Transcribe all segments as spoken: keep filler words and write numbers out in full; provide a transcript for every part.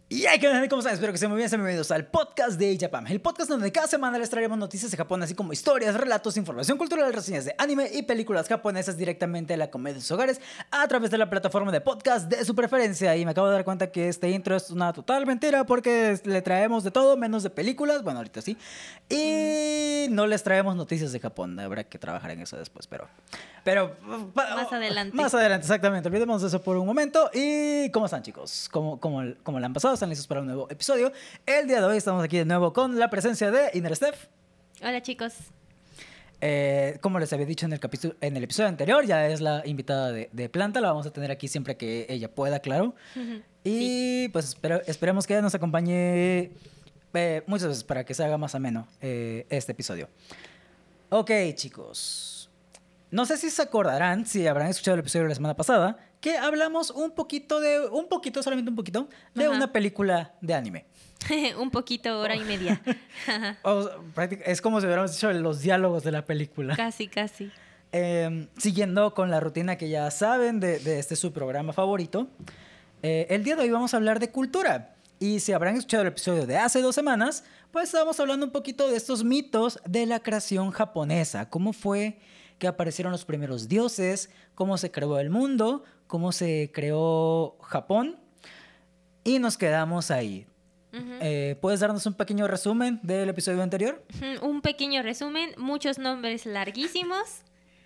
Y hay que ver cómo están, espero que estén muy bien, sean bienvenidos al podcast de Japam, el podcast donde cada semana les traeremos noticias de Japón, así como historias, relatos, información cultural, reseñas de anime y películas japonesas directamente a la comedia de sus hogares a través de la plataforma de podcast de su preferencia. Y me acabo de dar cuenta que este intro es una total mentira porque le traemos de todo menos de películas, bueno, ahorita sí, y no les traemos noticias de Japón, habrá que trabajar en eso después, pero... Pero más adelante. Más adelante, exactamente. Olvidemos de eso por un momento. ¿Y cómo están, chicos? ¿Cómo, cómo, cómo le han pasado? ¿Están listos para un nuevo episodio? El día de hoy estamos aquí de nuevo con la presencia de Iner Steph. Hola, chicos. Eh, como les había dicho en el, capítulo, en el episodio anterior, ya es la invitada de, de Planta. La vamos a tener aquí siempre que ella pueda, claro. Uh-huh. Y sí. pues espero, esperemos que ella nos acompañe eh, muchas veces para que se haga más ameno eh, este episodio. Ok, chicos. No sé si se acordarán, si habrán escuchado el episodio de la semana pasada, que hablamos un poquito de, un poquito, solamente un poquito, de uh-huh. una película de anime. Un poquito, hora y media. o, es como si hubiéramos dicho los diálogos de la película. Casi, casi. Eh, siguiendo con la rutina que ya saben de, de este su programa favorito, eh, el día de hoy vamos a hablar de cultura. Y si habrán escuchado el episodio de hace dos semanas, pues estábamos hablando un poquito de estos mitos de la creación japonesa. ¿Cómo fue que aparecieron los primeros dioses? ¿Cómo se creó el mundo? ¿Cómo se creó Japón? Y nos quedamos ahí. Uh-huh. eh, ¿Puedes darnos un pequeño resumen del episodio anterior? Uh-huh. Un pequeño resumen, muchos nombres larguísimos.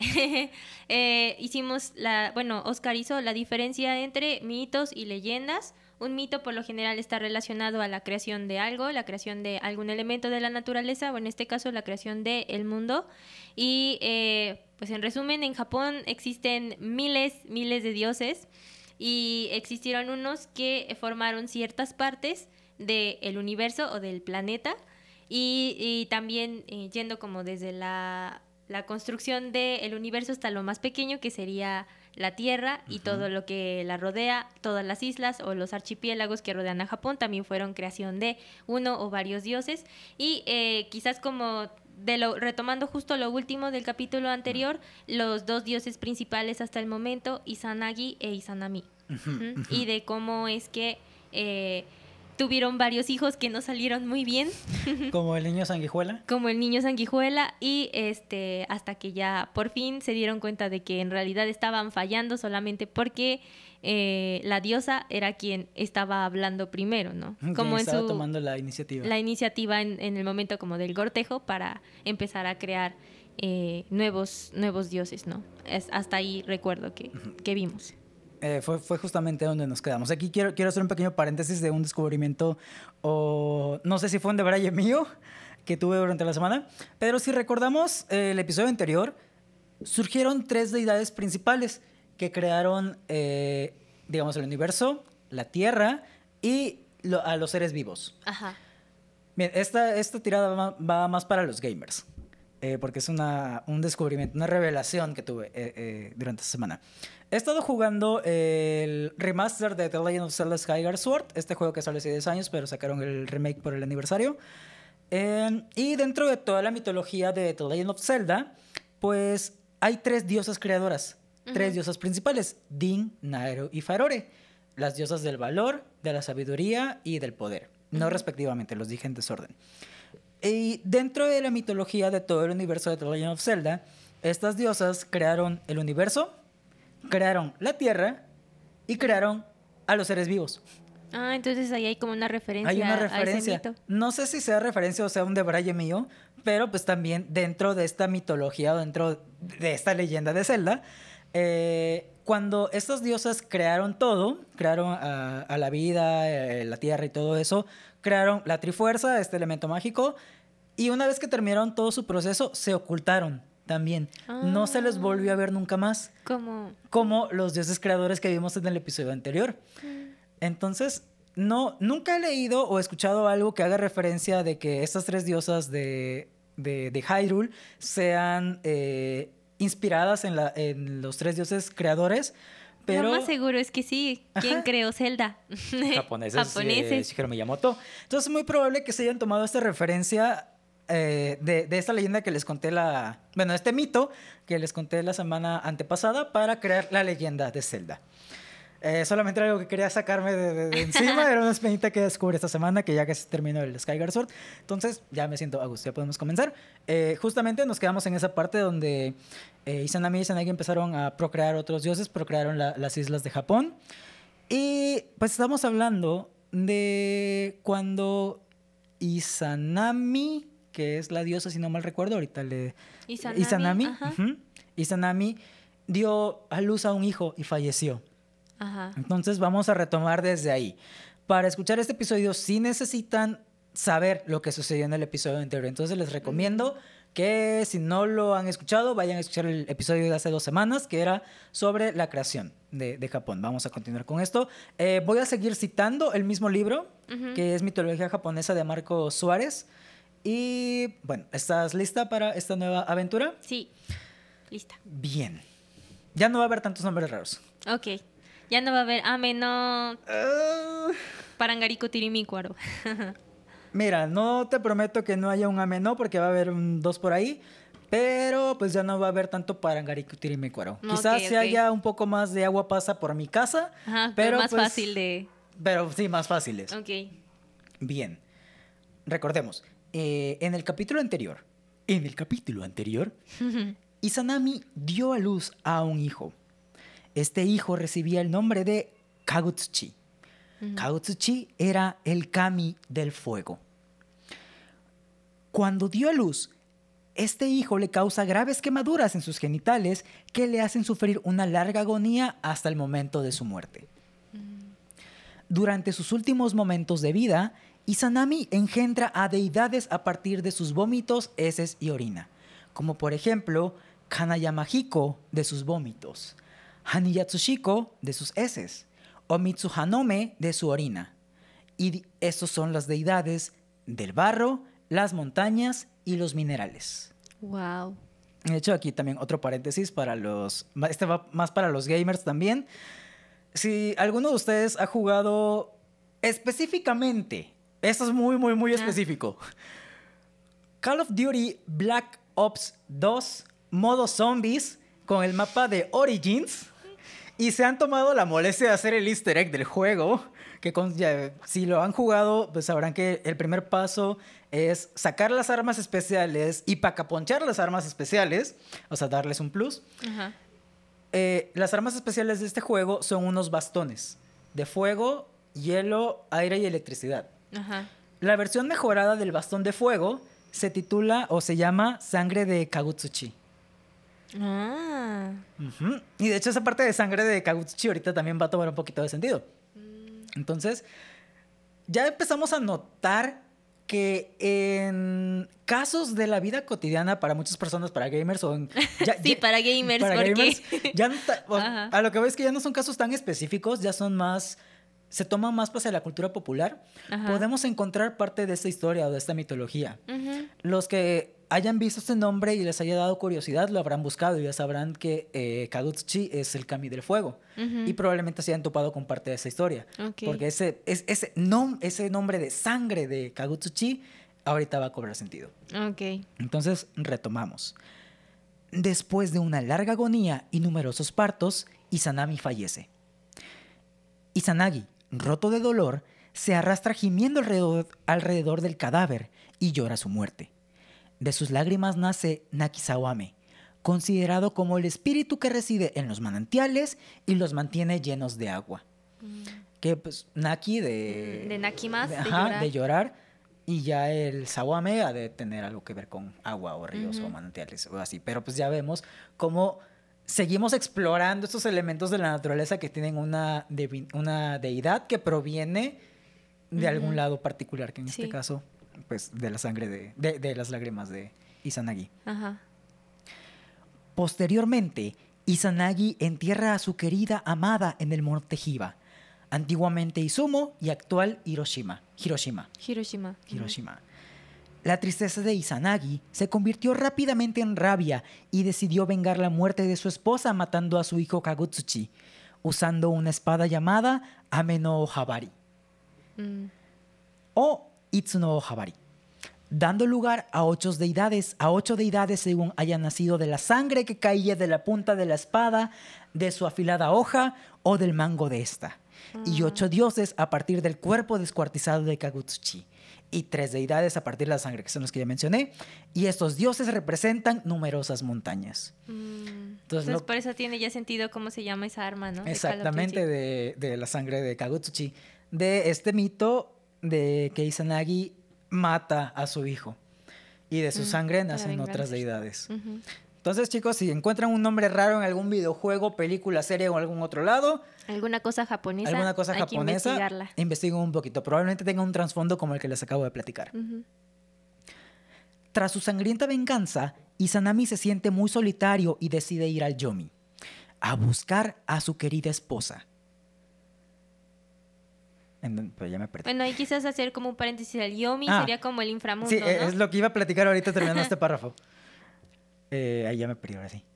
eh, hicimos la, bueno, Oscar hizo la diferencia entre mitos y leyendas. Un mito por lo general está relacionado a la creación de algo, la creación de algún elemento de la naturaleza, o en este caso la creación del mundo. Y eh, pues en resumen, en Japón existen miles, miles de dioses y existieron unos que formaron ciertas partes del universo o del planeta y, y también eh, yendo como desde la, la construcción del universo hasta lo más pequeño, que sería la Tierra y uh-huh. todo lo que la rodea, todas las islas o los archipiélagos que rodean a Japón también fueron creación de uno o varios dioses. Y eh, quizás como de lo, retomando justo lo último del capítulo anterior, uh-huh. los dos dioses principales hasta el momento, Izanagi e Izanami. Uh-huh. Uh-huh. Y de cómo es que eh, tuvieron varios hijos que no salieron muy bien. Como el niño sanguijuela. Como el niño sanguijuela y este hasta que ya por fin se dieron cuenta de que en realidad estaban fallando solamente porque eh, la diosa era quien estaba hablando primero, ¿no? Como estaba en su, tomando la iniciativa. La iniciativa en, en el momento como del cortejo para empezar a crear eh, nuevos, nuevos dioses, ¿no? Es, hasta ahí recuerdo que, que vimos. Eh, fue, fue justamente donde nos quedamos. Aquí quiero, quiero hacer un pequeño paréntesis de un descubrimiento, o no sé si fue un debraye mío que tuve durante la semana, pero si recordamos eh, el episodio anterior, surgieron tres deidades principales que crearon, eh, digamos, el universo, la Tierra y lo, a los seres vivos. Ajá. Bien, esta, esta tirada va, va más para los gamers, eh, porque es una, un descubrimiento, una revelación que tuve eh, eh, durante esta semana. He estado jugando el remaster de The Legend of Zelda Skyward Sword, este juego que sale hace diez años, pero sacaron el remake por el aniversario. Eh, y dentro de toda la mitología de The Legend of Zelda, pues hay tres diosas creadoras, uh-huh. tres diosas principales, Din, Naero y Farore, las diosas del valor, de la sabiduría y del poder, uh-huh. no respectivamente, los dije en desorden. Y dentro de la mitología de todo el universo de The Legend of Zelda, estas diosas crearon el universo, crearon la Tierra y crearon a los seres vivos. Ah, entonces ahí hay como una referencia. Hay una referencia. A ese mito. No sé si sea referencia o sea un debraye mío, pero pues también dentro de esta mitología, dentro de esta leyenda de Zelda, eh, cuando estas diosas crearon todo, crearon a, a la vida, eh, la Tierra y todo eso, crearon la Trifuerza, este elemento mágico, y una vez que terminaron todo su proceso, se ocultaron. También. Ah. No se les volvió a ver nunca más. ¿Cómo? Como los dioses creadores que vimos en el episodio anterior. Mm. Entonces, no, nunca he leído o escuchado algo que haga referencia de que estas tres diosas de, de, de Hyrule sean eh, inspiradas en, la, en los tres dioses creadores. Pero... Lo más seguro es que sí. ¿Quién Ajá. creó Zelda? Japoneses. Japoneses. Eh, Shigeru Miyamoto. Entonces, es muy probable que se hayan tomado esta referencia... Eh, de, de esta leyenda que les conté la... Bueno, este mito que les conté la semana antepasada para crear la leyenda de Zelda. Eh, solamente era algo que quería sacarme de, de, de encima. Era una espinita que descubrí esta semana, que ya que se terminó el Skyward Sword. Entonces ya me siento a gusto, ya podemos comenzar. Eh, justamente nos quedamos en esa parte donde eh, Izanami y Izanagi empezaron a procrear otros dioses, procrearon la, las islas de Japón. Y pues estamos hablando de cuando Izanami, que es la diosa, si no mal recuerdo, ahorita le... Izanami, Izanami, ajá. uh-huh, Izanami dio a luz a un hijo y falleció. Ajá. Entonces vamos a retomar desde ahí. Para escuchar este episodio sí necesitan saber lo que sucedió en el episodio anterior. Entonces les recomiendo que si no lo han escuchado, vayan a escuchar el episodio de hace dos semanas, que era sobre la creación de, de Japón. Vamos a continuar con esto. Eh, voy a seguir citando el mismo libro, uh-huh. que es Mitología Japonesa de Marco Suárez. Y bueno, ¿estás lista para esta nueva aventura? Sí, lista. Bien. Ya no va a haber tantos nombres raros. Ok. Ya no va a haber Ameno, Uh, Parangarico Tirimícuaro. mira, no te prometo que no haya un Ameno porque va a haber un dos por ahí, pero pues ya no va a haber tanto Parangarico Tirimícuaro. Okay, Quizás sí okay. haya un poco más de agua pasa por mi casa, Ajá, pero, pero más pues, fácil de... Pero sí, más fáciles. Ok. Bien. Recordemos, eh, en el capítulo anterior, en el capítulo anterior, Izanami dio a luz a un hijo. Este hijo recibía el nombre de Kagutsuchi. Uh-huh. Kagutsuchi era el kami del fuego. Cuando dio a luz, este hijo le causa graves quemaduras en sus genitales que le hacen sufrir una larga agonía hasta el momento de su muerte. Uh-huh. Durante sus últimos momentos de vida, Izanami engendra a deidades a partir de sus vómitos, heces y orina, como por ejemplo Kanayama-hiko de sus vómitos, Haniyatsushiko de sus heces o Mitsuhanome de su orina. Y estos son las deidades del barro, las montañas y los minerales. Wow. De hecho, aquí también otro paréntesis para los... Este va más para los gamers también. Si alguno de ustedes ha jugado específicamente, esto es muy, muy, muy específico, ah. Call of Duty Black Ops dos, modo zombies, con el mapa de Origins, y se han tomado la molestia de hacer el easter egg del juego, que con, ya, si lo han jugado, pues sabrán que el primer paso es sacar las armas especiales y pacaponchar las armas especiales, o sea, darles un plus. Uh-huh. Eh, las armas especiales de este juego son unos bastones de fuego, hielo, aire y electricidad. Uh-huh. La versión mejorada del bastón de fuego se titula o se llama Sangre de Kagutsuchi. Ah. Uh-huh. Y de hecho esa parte de Sangre de Kagutsuchi ahorita también va a tomar un poquito de sentido. Mm. Entonces, ya empezamos a notar que en casos de la vida cotidiana para muchas personas, para gamers o en, ya, sí, ya, para gamers, para porque... gamers ya no ta, o, a lo que veo es que ya no son casos tan específicos, ya son más, se toman más hacia la cultura popular. Ajá. Podemos encontrar parte de esta historia o de esta mitología. Uh-huh. Los que hayan visto este nombre y les haya dado curiosidad lo habrán buscado y ya sabrán que eh, Kagutsuchi es el kami del fuego. Uh-huh. Y probablemente se hayan topado con parte de esa historia. Okay. Porque ese, es, ese, nom, ese nombre de sangre de Kagutsuchi ahorita va a cobrar sentido. Okay. Entonces, retomamos. Después de una larga agonía y numerosos partos, Izanami fallece. Izanagi, roto de dolor, se arrastra gimiendo alrededor, alrededor del cadáver y llora su muerte. De sus lágrimas nace Nakisawame, considerado como el espíritu que reside en los manantiales y los mantiene llenos de agua. Mm. Que pues Naki de... De Naki más, de, de, ajá, de llorar. de llorar. Y ya el Sawame ha de tener algo que ver con agua o ríos uh-huh. o manantiales o así. Pero pues ya vemos cómo seguimos explorando estos elementos de la naturaleza que tienen una, de, una deidad que proviene de uh-huh. algún lado particular, que en sí. este caso... pues de la sangre de, de, de las lágrimas de Izanagi. Ajá. Posteriormente, Izanagi entierra a su querida amada en el monte Hiba, antiguamente Izumo y actual Hiroshima. Hiroshima. Hiroshima. Hiroshima. La tristeza de Izanagi se convirtió rápidamente en rabia y decidió vengar la muerte de su esposa matando a su hijo Kagutsuchi, usando una espada llamada Ame no Habari. Mm. O Itsu no Habari. dando lugar a ocho deidades, a ocho deidades según hayan nacido de la sangre que caía de la punta de la espada, de su afilada hoja o del mango de esta. Uh-huh. Y ocho dioses a partir del cuerpo descuartizado de Kagutsuchi. Y tres deidades a partir de la sangre, que son los que ya mencioné. Y estos dioses representan numerosas montañas. Mm. Entonces, Entonces lo... por eso tiene ya sentido cómo se llama esa arma, ¿no? Exactamente, de, de la sangre de Kagutsuchi. De este mito de que Izanagi mata a su hijo. Y de su mm, sangre nacen otras deidades. Uh-huh. Entonces, chicos, si encuentran un nombre raro en algún videojuego, película, serie o algún otro lado... Alguna cosa japonesa, alguna cosa hay japonesa, que investigarla. Investiguen un poquito. Probablemente tenga un trasfondo como el que les acabo de platicar. Uh-huh. Tras su sangrienta venganza, Izanami se siente muy solitario y decide ir al Yomi a buscar a su querida esposa. Pues ya me perdí. Bueno, y quizás hacer como un paréntesis. El Yomi ah, sería como el inframundo, sí, ¿no? Es lo que iba a platicar ahorita terminando este párrafo. Eh, ahí ya me perdí ahora sí.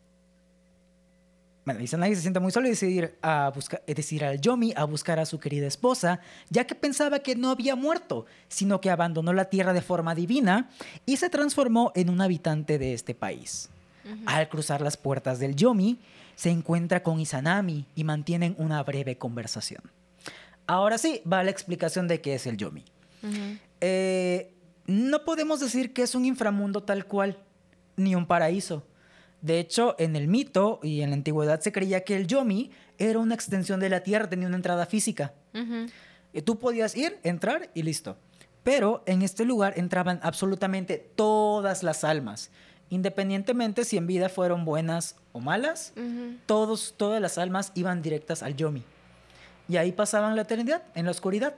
Bueno, Izanagi se siente muy solo y decide ir, a buscar, es decir, al Yomi a buscar a su querida esposa, ya que pensaba que no había muerto, sino que abandonó la tierra de forma divina y se transformó en un habitante de este país. Uh-huh. Al cruzar las puertas del Yomi, se encuentra con Izanami y mantienen una breve conversación. Ahora sí, va la explicación de qué es el Yomi. Uh-huh. Eh, no podemos decir que es un inframundo tal cual, ni un paraíso. De hecho, en el mito y en la antigüedad se creía que el Yomi era una extensión de la tierra, tenía una entrada física. Uh-huh. Y tú podías ir, entrar y listo. Pero en este lugar entraban absolutamente todas las almas, independientemente si en vida fueron buenas o malas. Uh-huh. Todos, todas las almas iban directas al Yomi. Y ahí pasaban la eternidad, en la oscuridad.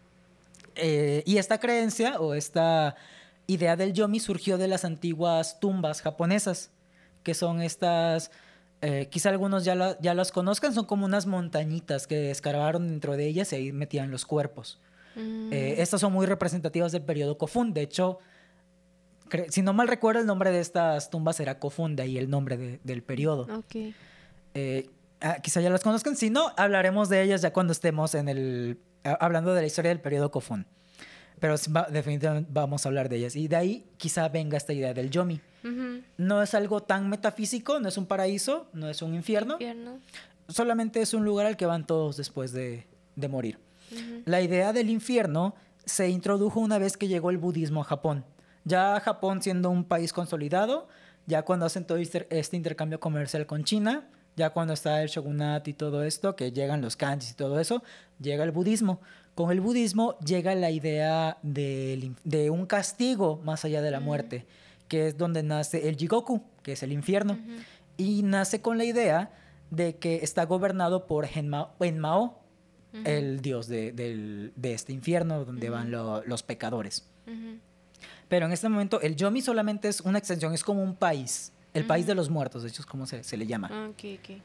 Eh, y esta creencia o esta idea del Yomi surgió de las antiguas tumbas japonesas, que son estas, eh, quizá algunos ya, la, ya las conozcan, son como unas montañitas que escarbaron dentro de ellas y ahí metían los cuerpos. Mm. Eh, estas son muy representativas del periodo Kofun. De hecho, cre- si no mal recuerdo, el nombre de estas tumbas era Kofun, de ahí el nombre de, del periodo. Okay. Eh, ah, quizá ya las conozcan, si no, hablaremos de ellas ya cuando estemos en el, hablando de la historia del periodo Kofun. Pero va, definitivamente vamos a hablar de ellas. Y de ahí quizá venga esta idea del Yomi. Uh-huh. No es algo tan metafísico, no es un paraíso, no es un infierno. infierno. Solamente es un lugar al que van todos después de, de morir. Uh-huh. La idea del infierno se introdujo una vez que llegó el budismo a Japón. Ya Japón siendo un país consolidado, ya cuando hacen todo este intercambio comercial con China, ya cuando está el shogunato y todo esto, que llegan los kanjis y todo eso, llega el budismo. Con el budismo llega la idea de, de un castigo más allá de la uh-huh. muerte, que es donde nace el Jigoku, que es el infierno. Uh-huh. Y nace con la idea de que está gobernado por Enmao, Enmao uh-huh. el dios de, de, de este infierno, donde uh-huh. van lo, los pecadores. Uh-huh. Pero en este momento el Yomi solamente es una extensión, es como un país, el uh-huh. país de los muertos, de hecho es como se, se le llama. Okay, okay.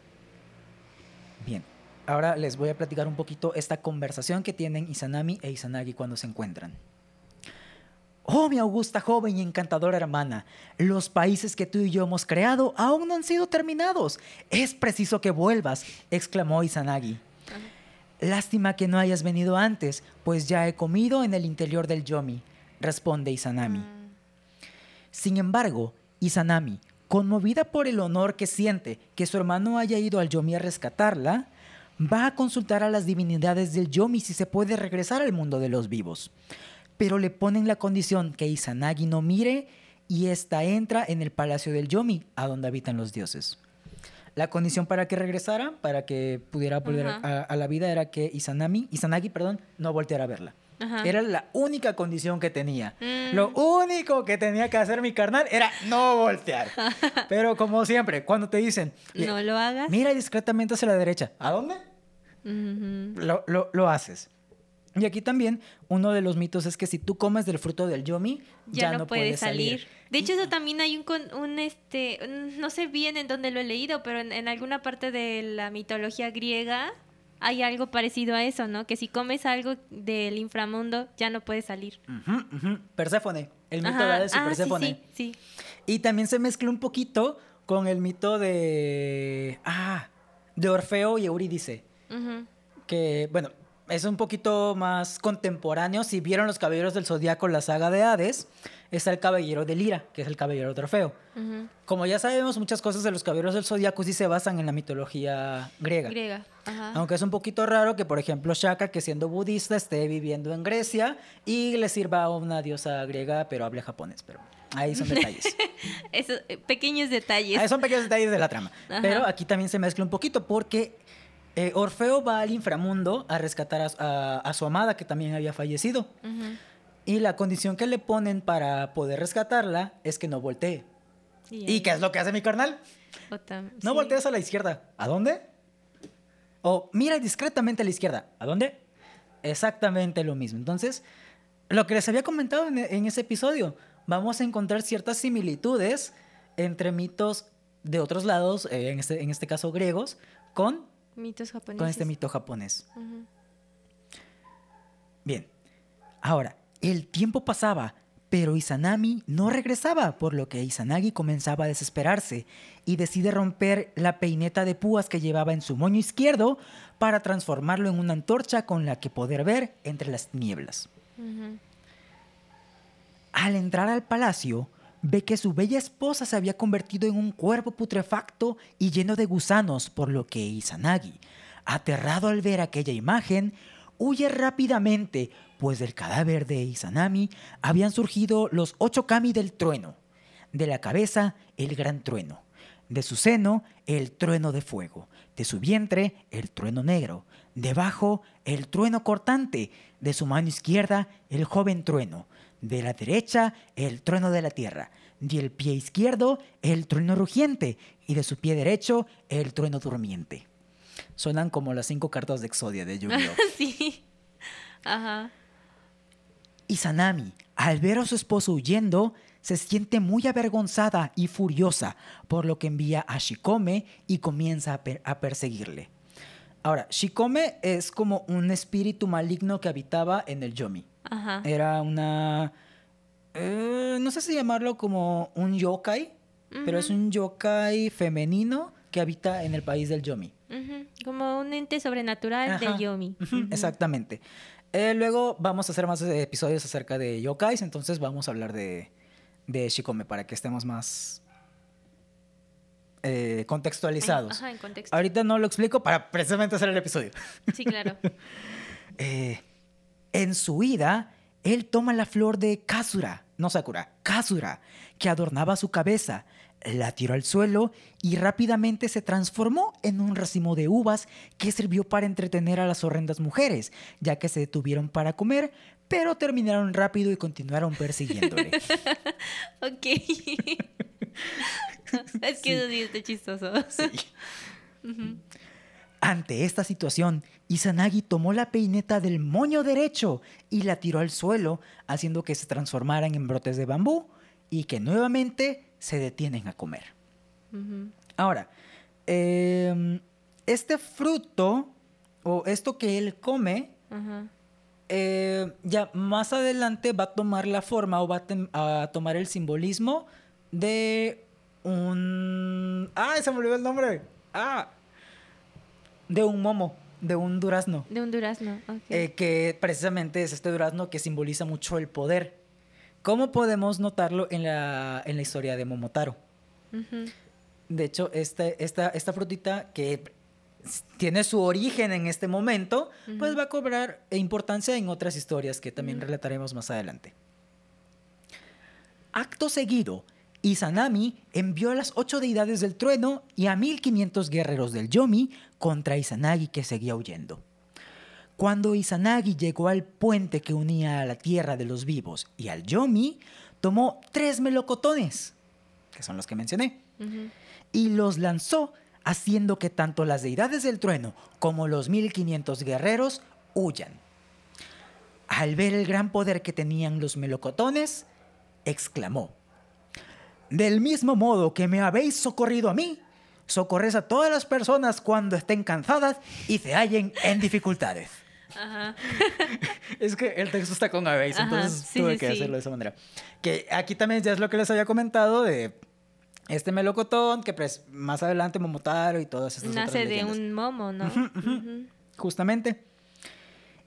Bien. Ahora les voy a platicar un poquito esta conversación que tienen Izanami e Izanagi cuando se encuentran. Oh, mi augusta, joven y encantadora hermana, los países que tú y yo hemos creado aún no han sido terminados. Es preciso que vuelvas, exclamó Izanagi. Uh-huh. Lástima que no hayas venido antes, pues ya he comido en el interior del Yomi, responde Izanami. Uh-huh. Sin embargo, Izanami, conmovida por el honor que siente que su hermano haya ido al Yomi a rescatarla, va a consultar a las divinidades del Yomi si se puede regresar al mundo de los vivos. Pero le ponen la condición que Izanagi no mire y ésta entra en el palacio del Yomi, a donde habitan los dioses. La condición para que regresara, para que pudiera volver uh-huh. a, a la vida, era que Izanami, Izanagi perdón, no volteara a verla. Uh-huh. Era la única condición que tenía. Mm. Lo único que tenía que hacer mi carnal era no voltear. Pero como siempre, cuando te dicen... No lo hagas. Mira discretamente hacia la derecha. ¿A dónde? Uh-huh. Lo, lo, lo haces. Y aquí también uno de los mitos es que si tú comes del fruto del Yomi, ya, ya no, no puedes, puedes salir. salir. De hecho, eso también hay un, un este, no sé bien en dónde lo he leído, pero en, en alguna parte de la mitología griega hay algo parecido a eso, ¿no? Que si comes algo del inframundo, ya no puedes salir. Uh-huh, uh-huh. Perséfone, el mito de Hades y ah, Perséfone. Sí, sí, sí. Y también se mezcla un poquito con el mito de... Ah, de Orfeo y Eurídice. Uh-huh. Que, bueno... es un poquito más contemporáneo. Si vieron Los Caballeros del Zodíaco, la saga de Hades, está el Caballero de Lira, que es el Caballero Trofeo. Ujú. Como ya sabemos, muchas cosas de Los Caballeros del Zodíaco sí se basan en la mitología griega. Griega. Ajá. Aunque es un poquito raro que, por ejemplo, Shaka, que siendo budista, esté viviendo en Grecia y le sirva a una diosa griega, pero hable japonés. Pero ahí son detalles. Esos eh, pequeños detalles. Ahí son pequeños detalles de la trama. Ajá. Pero aquí también se mezcla un poquito porque eh, Orfeo va al inframundo a rescatar a, a- a su amada, que también había fallecido. Ujú. Y la condición que le ponen para poder rescatarla es que no voltee. Y, ¿Y ahí- qué es lo que hace mi carnal? o tam- No sí. voltees a la izquierda. ¿A dónde? O mira discretamente a la izquierda. ¿A dónde? Exactamente lo mismo. Entonces, lo que les había comentado en, en ese episodio, vamos a encontrar ciertas similitudes entre mitos de otros lados, eh, en, este, en este caso griegos, con, Mitos japoneses. con este mito japonés. Ujú. Bien, ahora, el tiempo pasaba, pero Izanami no regresaba, por lo que Izanagi comenzaba a desesperarse y decide romper la peineta de púas que llevaba en su moño izquierdo para transformarlo en una antorcha con la que poder ver entre las nieblas. Ujú. Al entrar al palacio, ve que su bella esposa se había convertido en un cuerpo putrefacto y lleno de gusanos, por lo que Izanagi, aterrado al ver aquella imagen, huye rápidamente, pues del cadáver de Izanami habían surgido los ocho kami del trueno. De la cabeza, el gran trueno. De su seno, el trueno de fuego. De su vientre, el trueno negro. Debajo, el trueno cortante. De su mano izquierda, el joven trueno. De la derecha, el trueno de la tierra. Del pie izquierdo, el trueno rugiente. Y de su pie derecho, el trueno durmiente. Suenan como las cinco cartas de Exodia de Yu-Gi-Oh! Sí. Ajá. Izanami, al ver a su esposo huyendo, se siente muy avergonzada y furiosa, por lo que envía a Shikome y comienza a, per- a perseguirle. Ahora, Shikome es como un espíritu maligno que habitaba en el Yomi. Ajá. Era una... eh, no sé si llamarlo como un yokai, pero es un yokai femenino que habita en el país del Yomi. Ujú. Como un ente sobrenatural Ajá. de Yomi. Ujú, Ujú. exactamente. Eh, luego vamos a hacer más eh, episodios acerca de yokais, entonces vamos a hablar de, de Shikome para que estemos más eh, contextualizados. Ajá, en contexto. Ahorita no lo explico para precisamente hacer el episodio. Sí, claro. Eh, en su huida, él toma la flor de Kasura, no Sakura, Kasura, que adornaba su cabeza, la tiró al suelo y rápidamente se transformó en un racimo de uvas que sirvió para entretener a las horrendas mujeres, ya que se detuvieron para comer, pero terminaron rápido y continuaron persiguiéndole. Ok. Es que eso sí está chistoso. Sí. Ante esta situación, Izanagi tomó la peineta del moño derecho y la tiró al suelo, haciendo que se transformaran en brotes de bambú y que nuevamente se detienen a comer. Ujú. Ahora, eh, este fruto o esto que él come, Ajá. eh, ya más adelante va a tomar la forma o va a, tem- a tomar el simbolismo de un... ¡Ay, se me olvidó el nombre! ¡Ah! De un momo, de un durazno. De un durazno. Ok. Eh, que precisamente es este durazno que simboliza mucho el poder. ¿Cómo podemos notarlo en la, en la historia de Momotaro? Ujú. De hecho, este, esta, esta frutita que tiene su origen en este momento, pues va a cobrar importancia en otras historias que también relataremos más adelante. Acto seguido, Izanami envió a las ocho deidades del trueno y a mil quinientos guerreros del Yomi contra Izanagi, que seguía huyendo. Cuando Izanagi llegó al puente que unía a la tierra de los vivos y al Yomi, tomó tres melocotones, que son los que mencioné, Ujú. y los lanzó, haciendo que tanto las deidades del trueno como los mil quinientos guerreros huyan. Al ver el gran poder que tenían los melocotones, exclamó: «Del mismo modo que me habéis socorrido a mí, socorred a todas las personas cuando estén cansadas y se hallen en dificultades». Ajá. Es que el texto está con habéis, Ajá, entonces sí, tuve sí, que sí. hacerlo de esa manera. Que aquí también ya es lo que les había comentado de este melocotón, que pues, más adelante Momotaro y todas estas otras Nace de leyendas. un momo, ¿no? Ujú, ujú. Ujú. Justamente.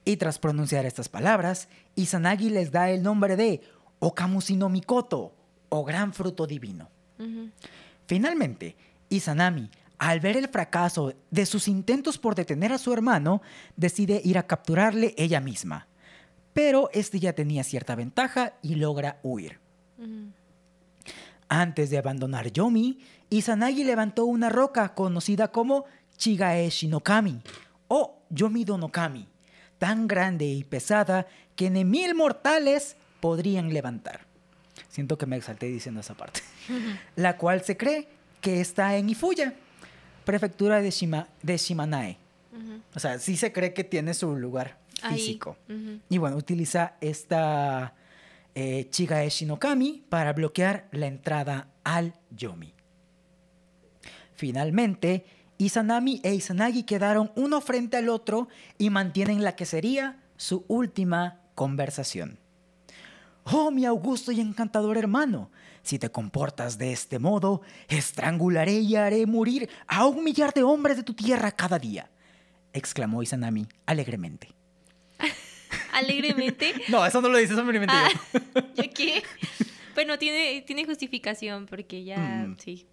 Y tras pronunciar estas palabras, Izanagi les da el nombre de Okamushi no Mikoto, o gran fruto divino. Uh-huh. Finalmente, Izanami, al ver el fracaso de sus intentos por detener a su hermano, decide ir a capturarle ella misma. Pero este ya tenía cierta ventaja y logra huir. Uh-huh. Antes de abandonar Yomi, Izanagi levantó una roca conocida como Chigaeshi no Kami o Yomi-do no Kami, tan grande y pesada que ni mil mortales podrían levantar. Siento que me exalté diciendo esa parte. Uh-huh. La cual se cree que está en Ifuya, prefectura de, Shima, de Shimanae. Uh-huh. O sea, sí se cree que tiene su lugar físico. Uh-huh. Y bueno, utiliza esta eh, Chigaeshi no Kami para bloquear la entrada al Yomi. Finalmente, Izanami e Izanagi quedaron uno frente al otro y mantienen la que sería su última conversación. «Oh, mi augusto y encantador hermano, si te comportas de este modo, estrangularé y haré morir a un millar de hombres de tu tierra cada día», exclamó Izanami alegremente. ¿Alegremente? No, eso no lo dice, eso me lo inventé ah, yo. ¿Ya qué? Bueno, tiene, tiene justificación porque ya, mm. sí.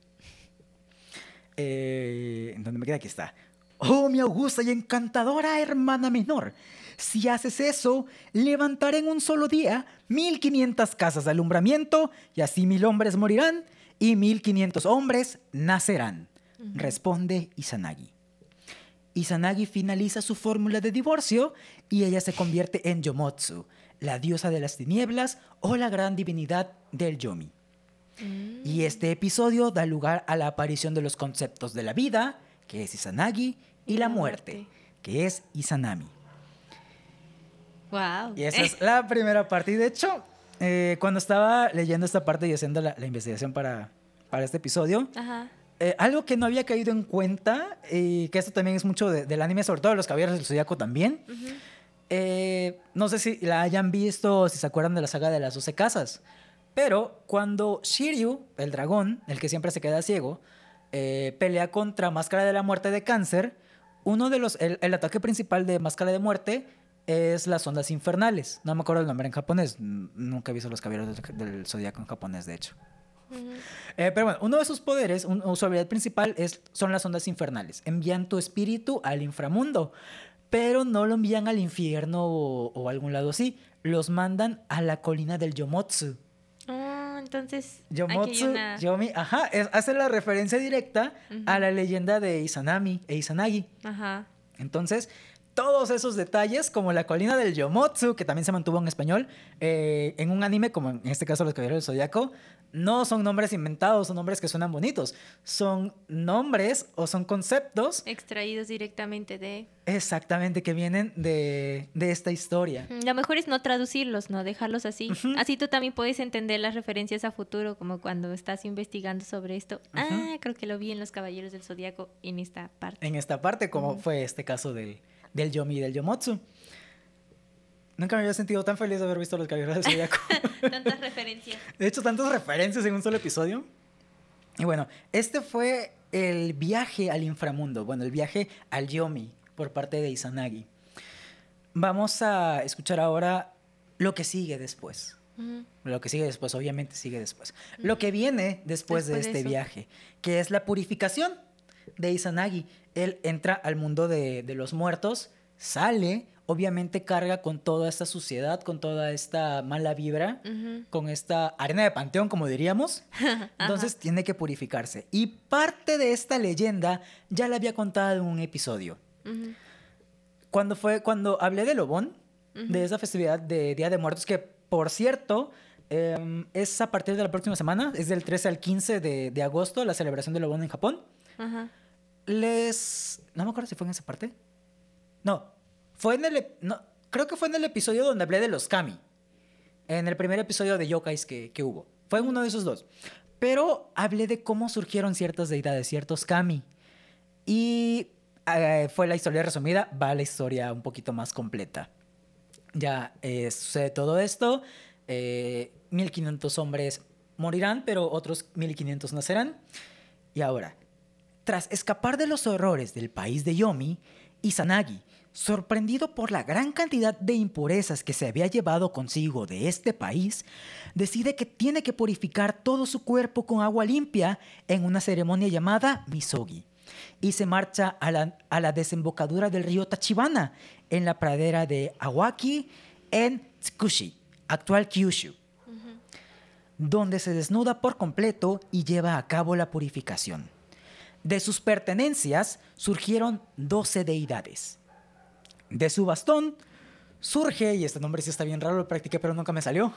Eh, ¿Dónde me queda? Aquí está. «Oh, mi augusta y encantadora hermana menor, si haces eso, levantaré en un solo día mil quinientas casas de alumbramiento y así mil hombres morirán y mil quinientos hombres nacerán», uh-huh. responde Izanagi. Izanagi finaliza su fórmula de divorcio y ella se convierte en Yomotsu, la diosa de las tinieblas o la gran divinidad del Yomi. Mm. Y este episodio da lugar a la aparición de los conceptos de la vida, que es Izanagi, y, y la, la muerte, muerte, que es Izanami. Wow. Y esa es la primera parte. Y de hecho, eh, cuando estaba leyendo esta parte y haciendo la, la investigación para, para este episodio, Ajá. Eh, algo que no había caído en cuenta, y que esto también es mucho de, del anime, sobre todo de los Caballeros del Zodiaco también. Uh-huh. Eh, no sé si la hayan visto, si se acuerdan de la saga de las doce casas. Pero cuando Shiryu, el dragón, el que siempre se queda ciego, eh, pelea contra Máscara de la Muerte de Cáncer, uno de los, el, el ataque principal de Máscara de Muerte es las ondas infernales. No me acuerdo el nombre en japonés. Nunca he visto los Caballeros del, del Zodiaco en japonés, de hecho. Uh-huh. Eh, pero bueno, uno de sus poderes, un, su habilidad principal es, son las ondas infernales. Envían tu espíritu al inframundo, pero no lo envían al infierno o, o a algún lado así. Los mandan a la colina del Yomotsu. Oh, entonces Yomotsu, una... Yomi, ajá, es, hace la referencia directa uh-huh. a la leyenda de Izanami e Izanagi. Ajá. Entonces, todos esos detalles, como la colina del Yomotsu, que también se mantuvo en español, eh, en un anime, como en este caso Los Caballeros del Zodiaco, no son nombres inventados, son nombres que suenan bonitos. Son nombres o son conceptos extraídos directamente de... Exactamente, que vienen de, de esta historia. Lo mejor es no traducirlos, no dejarlos así. Uh-huh. Así tú también puedes entender las referencias a futuro, como cuando estás investigando sobre esto. Uh-huh. Ah, creo que lo vi en Los Caballeros del Zodiaco en esta parte. En esta parte, como uh-huh. fue este caso del, del Yomi y del Yomotsu. Nunca me había sentido tan feliz de haber visto Los Caballeros del Zodiaco. Tantas referencias. De hecho, tantas referencias en un solo episodio. Y bueno, este fue el viaje al inframundo. Bueno, el viaje al Yomi por parte de Izanagi. Vamos a escuchar ahora lo que sigue después. Uh-huh. Lo que sigue después, obviamente sigue después. Uh-huh. Lo que viene después, después de este de viaje, que es la purificación de Izanagi. Él entra al mundo de, de los muertos, sale, obviamente carga con toda esta suciedad, con toda esta mala vibra, uh-huh. con esta arena de panteón, como diríamos. Entonces tiene que purificarse. Y parte de esta leyenda ya la había contado en un episodio. Uh-huh. Cuando fue, cuando hablé de Lobón, uh-huh. de esa festividad de Día de Muertos, que por cierto, eh, es a partir de la próxima semana, es del trece al quince de, de agosto, la celebración de Lobón en Japón. Uh-huh. Les... No me acuerdo si fue en esa parte. No, fue en el... No, creo que fue en el episodio donde hablé de los Kami. En el primer episodio de Yokais que, que hubo. Fue en uno de esos dos. Pero hablé de cómo surgieron ciertas deidades, ciertos Kami. Y... Uh, fue la historia resumida, va la historia un poquito más completa. Ya eh, sucede todo esto, eh, mil quinientos hombres morirán, pero otros mil quinientos nacerán. Y ahora, tras escapar de los horrores del país de Yomi, Izanagi, sorprendido por la gran cantidad de impurezas que se había llevado consigo de este país, decide que tiene que purificar todo su cuerpo con agua limpia en una ceremonia llamada Misogi, y se marcha a la, a la desembocadura del río Tachibana, en la pradera de Awaki, en Tsukushi, actual Kyushu, uh-huh. donde se desnuda por completo y lleva a cabo la purificación. De sus pertenencias surgieron doce deidades. De su bastón surge, y este nombre sí está bien raro, lo practiqué pero nunca me salió,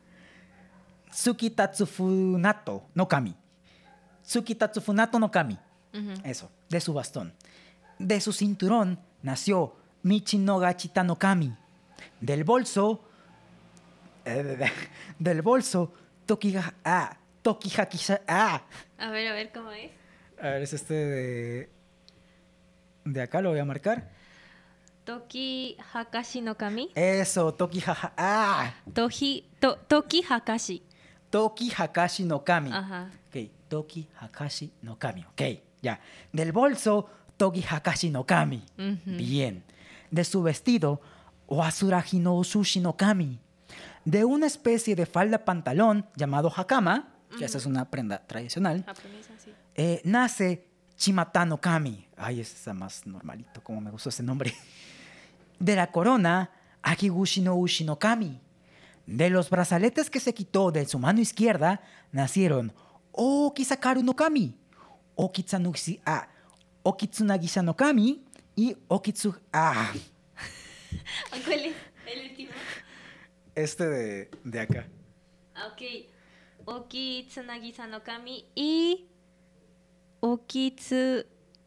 Tsukitatsufunato no Kami. Tsukitatsufunato no Kami. Uh-huh. Eso, de su bastón. De su cinturón nació Michi no Gachita no Kami. Del bolso, eh, del bolso, Tokiha, ah, Tokihakisha, ah. A ver, a ver, ¿cómo es? A ver, es este de, de acá, lo voy a marcar. Toki Hakashi no Kami. Eso, Toki Hakashi. Ah. Toki, to, Toki Hakashi. Toki Hakashi no Kami. Ajá. Ok, Toki Hakashi no Kami. Ok, ya. Del bolso, Toki Hakashi no Kami. Uh-huh. Bien. De su vestido, Oasuraji no Usushi no Kami. De una especie de falda pantalón llamado Hakama, que uh-huh. esa es una prenda tradicional, japonesa, sí. eh, nace Chimata no Kami. Ay, ese está más normalito, como me gustó ese nombre. De la corona, Akigushi no Ushi no Kami. De los brazaletes que se quitó de su mano izquierda, nacieron Okisakaru no Kami, Okitsunagisha, ah, Okitsunagisha no Kami y Okitsu... Ah. ¿Cuál es el último? Este de, de acá. Ok. Okitsunagisa no Kami y Okitsu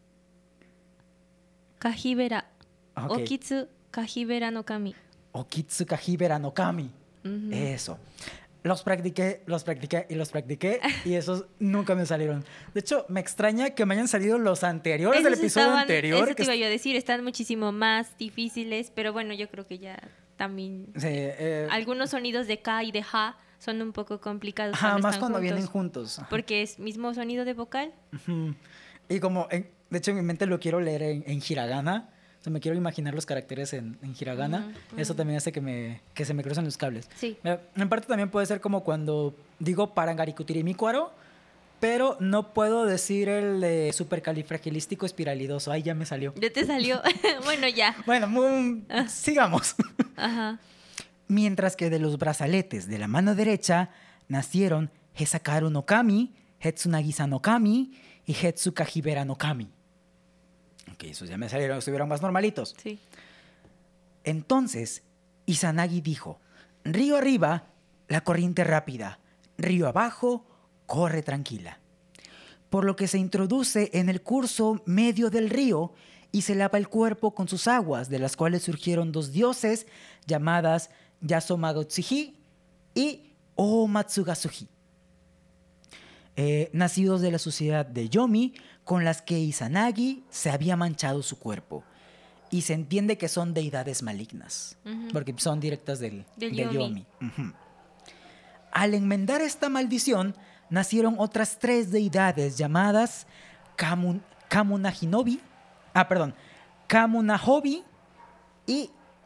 Kahibera. Okay. Okitsu Kahibera no Kami. Okitsu Kahibera no Kami. Uh-huh. Eso. Los practiqué, los practiqué y los practiqué y esos nunca me salieron. De hecho, me extraña que me hayan salido los anteriores esos del episodio estaban, anterior. Eso te iba yo a decir, están muchísimo más difíciles, pero bueno, yo creo que ya también... Sí, eh... algunos sonidos de K y de Ja son un poco complicados. Ajá, cuando más están cuando juntos, vienen juntos. Ajá. Porque es mismo sonido de vocal. Uh-huh. Y como, en, de hecho, en mi mente lo quiero leer en, en hiragana. O sea, me quiero imaginar los caracteres en, en hiragana. Uh-huh, uh-huh. Eso también hace que, me, que se me cruzan los cables. Sí. En parte también puede ser como cuando digo parangarikutirimicuaro, pero no puedo decir el de supercalifragilístico espiralidoso. Ahí ya me salió. Ya te salió. Bueno, ya. Bueno, muy, uh. sigamos. Ajá. Mientras que de los brazaletes de la mano derecha nacieron Hesakaru no Kami, Hetsunagisa no Kami y Hetsu Kahibera no Kami. Ok, esos ya me salieron, estuvieron más normalitos. Sí. Entonces, Izanagi dijo, río arriba, la corriente rápida, río abajo, corre tranquila. Por lo que se introduce en el curso medio del río y se lava el cuerpo con sus aguas, de las cuales surgieron dos dioses llamadas Yasomagotsuji y Omatsugasuji, eh, nacidos de la sociedad de Yomi, con las que Izanagi se había manchado su cuerpo. Y se entiende que son deidades malignas, uh-huh. porque son directas del, del de Yomi. Yomi. Uh-huh. Al enmendar esta maldición, nacieron otras tres deidades llamadas Kamun, Kamunahinobi, ah, perdón, Kamunahobi y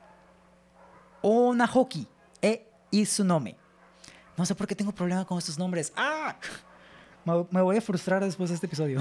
Onahoki e Izunome. No sé por qué tengo problema con estos nombres. ¡Ah! Me voy a frustrar después de este episodio.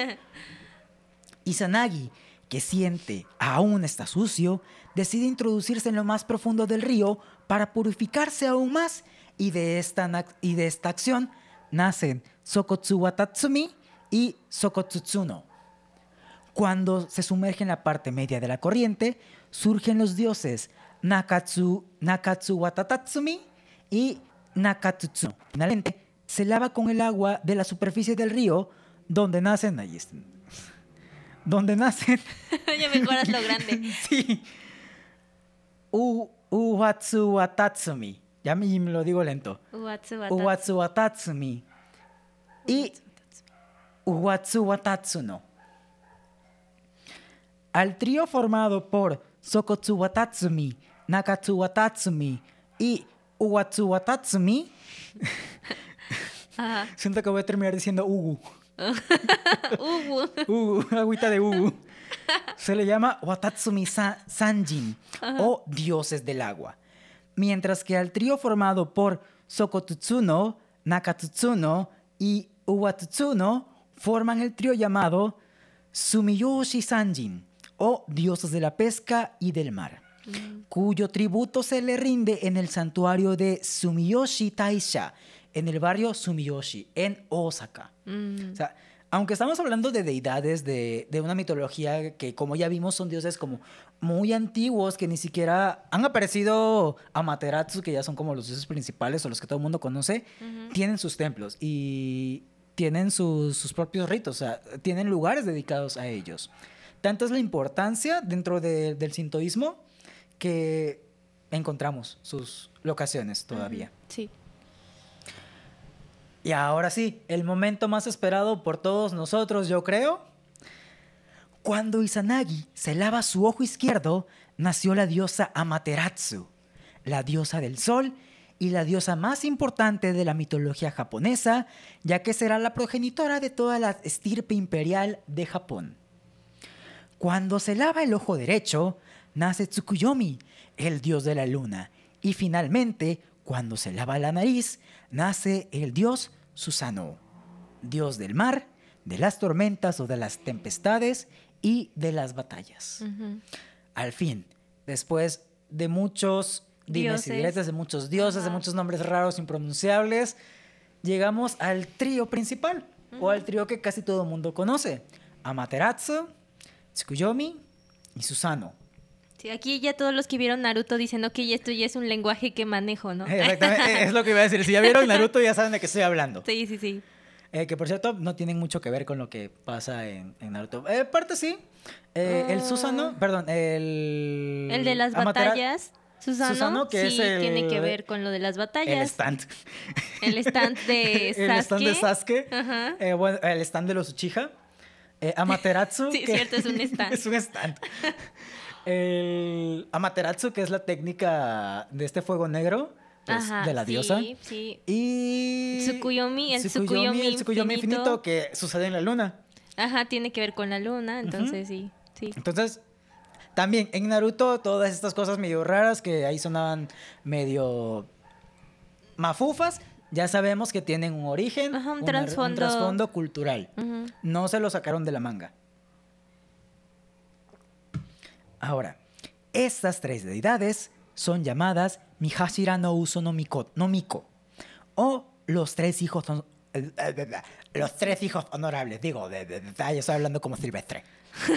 Izanagi, que siente aún está sucio, decide introducirse en lo más profundo del río para purificarse aún más, y de esta, y de esta acción nacen Sokotsu Watatsumi y Sokotsutsuno. Cuando se sumerge en la parte media de la corriente, surgen los dioses Nakatsu, Nakatsu Watatatsumi y Nakatsutsuno. Finalmente, se lava con el agua de la superficie del río, donde nacen... Ahí están. Donde nacen... Ya mejoras lo grande. Sí. U, Uwatsu Watatsumi. Ya me, me lo digo lento. Uwatsu Watatsumi. Uwatsu Watatsumi. Y Uwatsu Watatsuno. Al trío formado por Sokotsu Watatsumi, Nakatsu Watatsumi y Uwatsu Watatsumi... Ajá. Siento que voy a terminar diciendo Ugu. Ugu. Ugu, agüita de Ugu. Se le llama Watatsumi Sa- Sanjin Ajá. o dioses del agua. Mientras que al trío formado por Sokotutsuno, Nakatutsuno y Uwatutsuno forman el trío llamado Sumiyoshi Sanjin o dioses de la pesca y del mar, Mm. cuyo tributo se le rinde en el santuario de Sumiyoshi Taisha, en el barrio Sumiyoshi, en Osaka. Mm. O sea, aunque estamos hablando de deidades de, de una mitología que, como ya vimos, son dioses como muy antiguos, que ni siquiera han aparecido Amaterasu, que ya son como los dioses principales o los que todo el mundo conoce, Ujú. tienen sus templos y tienen sus, sus propios ritos, o sea, tienen lugares dedicados a ellos. Tanto es la importancia dentro de- del sintoísmo que encontramos sus locaciones todavía. Ujú. Sí. Y ahora sí, el momento más esperado por todos nosotros, yo creo. Cuando Izanagi se lava su ojo izquierdo, nació la diosa Amaterasu, la diosa del sol y la diosa más importante de la mitología japonesa, ya que será la progenitora de toda la estirpe imperial de Japón. Cuando se lava el ojo derecho, nace Tsukuyomi, el dios de la luna. Y finalmente, cuando se lava la nariz, nace el dios Susanoo, dios del mar, de las tormentas o de las tempestades y de las batallas. Ujú. Al fin, después de muchos dimes y Dioses. diretes, de muchos dioses, de Ajá. muchos nombres raros, impronunciables, llegamos al trío principal, o al trío que casi todo el mundo conoce. Amaterasu, Tsukuyomi y Susanoo. Sí, aquí ya todos los que vieron Naruto dicen, ok, esto ya es un lenguaje que manejo, ¿no? Exactamente, es lo que iba a decir. Si ya vieron Naruto, ya saben de qué estoy hablando. Sí, sí, sí. Eh, que por cierto, no tienen mucho que ver con lo que pasa en, en Naruto. Eh, parte sí. Eh, El Ah. Susanoo, perdón, el. El de las Amatera- batallas, Susano, Susano, que sí es el- tiene que ver con lo de las batallas. El stand. El stand de Sasuke. El stand de Sasuke. Ajá. Eh, bueno, el stand de los Uchiha. Eh, Amaterasu. Sí, que- cierto, es un stand. es un stand. El Amaterasu, que es la técnica de este fuego negro, pues, Ajá, de la sí, diosa. sí. Y. Tsukuyomi, el Tsukuyomi el Tsukuyomi infinito. infinito. que sucede en la luna. Ajá, tiene que ver con la luna, entonces sí, sí. Entonces, también en Naruto, todas estas cosas medio raras que ahí sonaban medio mafufas, ya sabemos que tienen un origen, Ajá, un una- un trasfondo. trasfondo cultural. Ujú. No se lo sacaron de la manga. Ahora, estas tres deidades son llamadas Mihashira no Uso no Miko, no Miko, o los tres hijos hon- los tres hijos honorables. Digo, de, de, de- de- yo estoy hablando como Silvestre.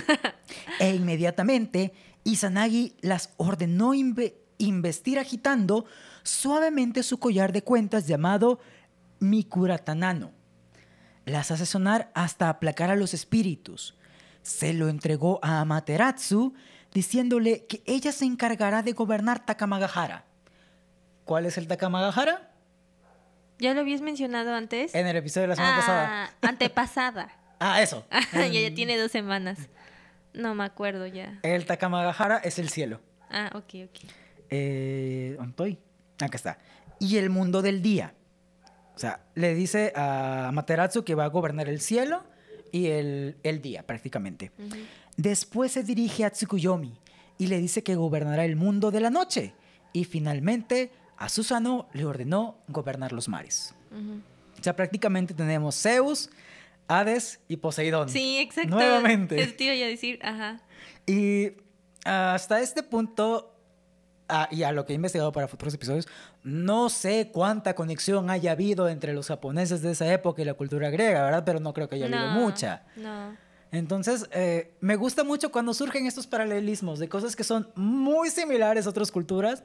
E inmediatamente Izanagi las ordenó inve- investir agitando suavemente su collar de cuentas llamado Mikuratanano. Las hace sonar hasta aplacar a los espíritus. Se lo entregó a Amaterasu diciéndole que ella se encargará de gobernar Takamagahara. ¿Cuál es el Takamagahara? ¿Ya lo habías mencionado antes? En el episodio de la semana pasada. Ah, antepasada. Ah, eso. Ah, ya, El- ya tiene dos semanas. No me acuerdo ya. El Takamagahara es el cielo. Ah, ok, ok. Eh, ¿Dónde estoy? Acá está. Y el mundo del día. O sea, le dice a Amaterasu que va a gobernar el cielo y el, el día, prácticamente. Ujú. Después se dirige a Tsukuyomi y le dice que gobernará el mundo de la noche. Y finalmente a Susanoo le ordenó gobernar los mares. Ujú. O sea, prácticamente tenemos Zeus, Hades y Poseidón. Sí, exacto. Nuevamente. Eso te iba a decir, ajá. Y hasta este punto, ah, y a lo que he investigado para futuros episodios, no sé cuánta conexión haya habido entre los japoneses de esa época y la cultura griega, ¿verdad? Pero no creo que haya habido No, mucha. No. Entonces, eh, me gusta mucho cuando surgen estos paralelismos de cosas que son muy similares a otras culturas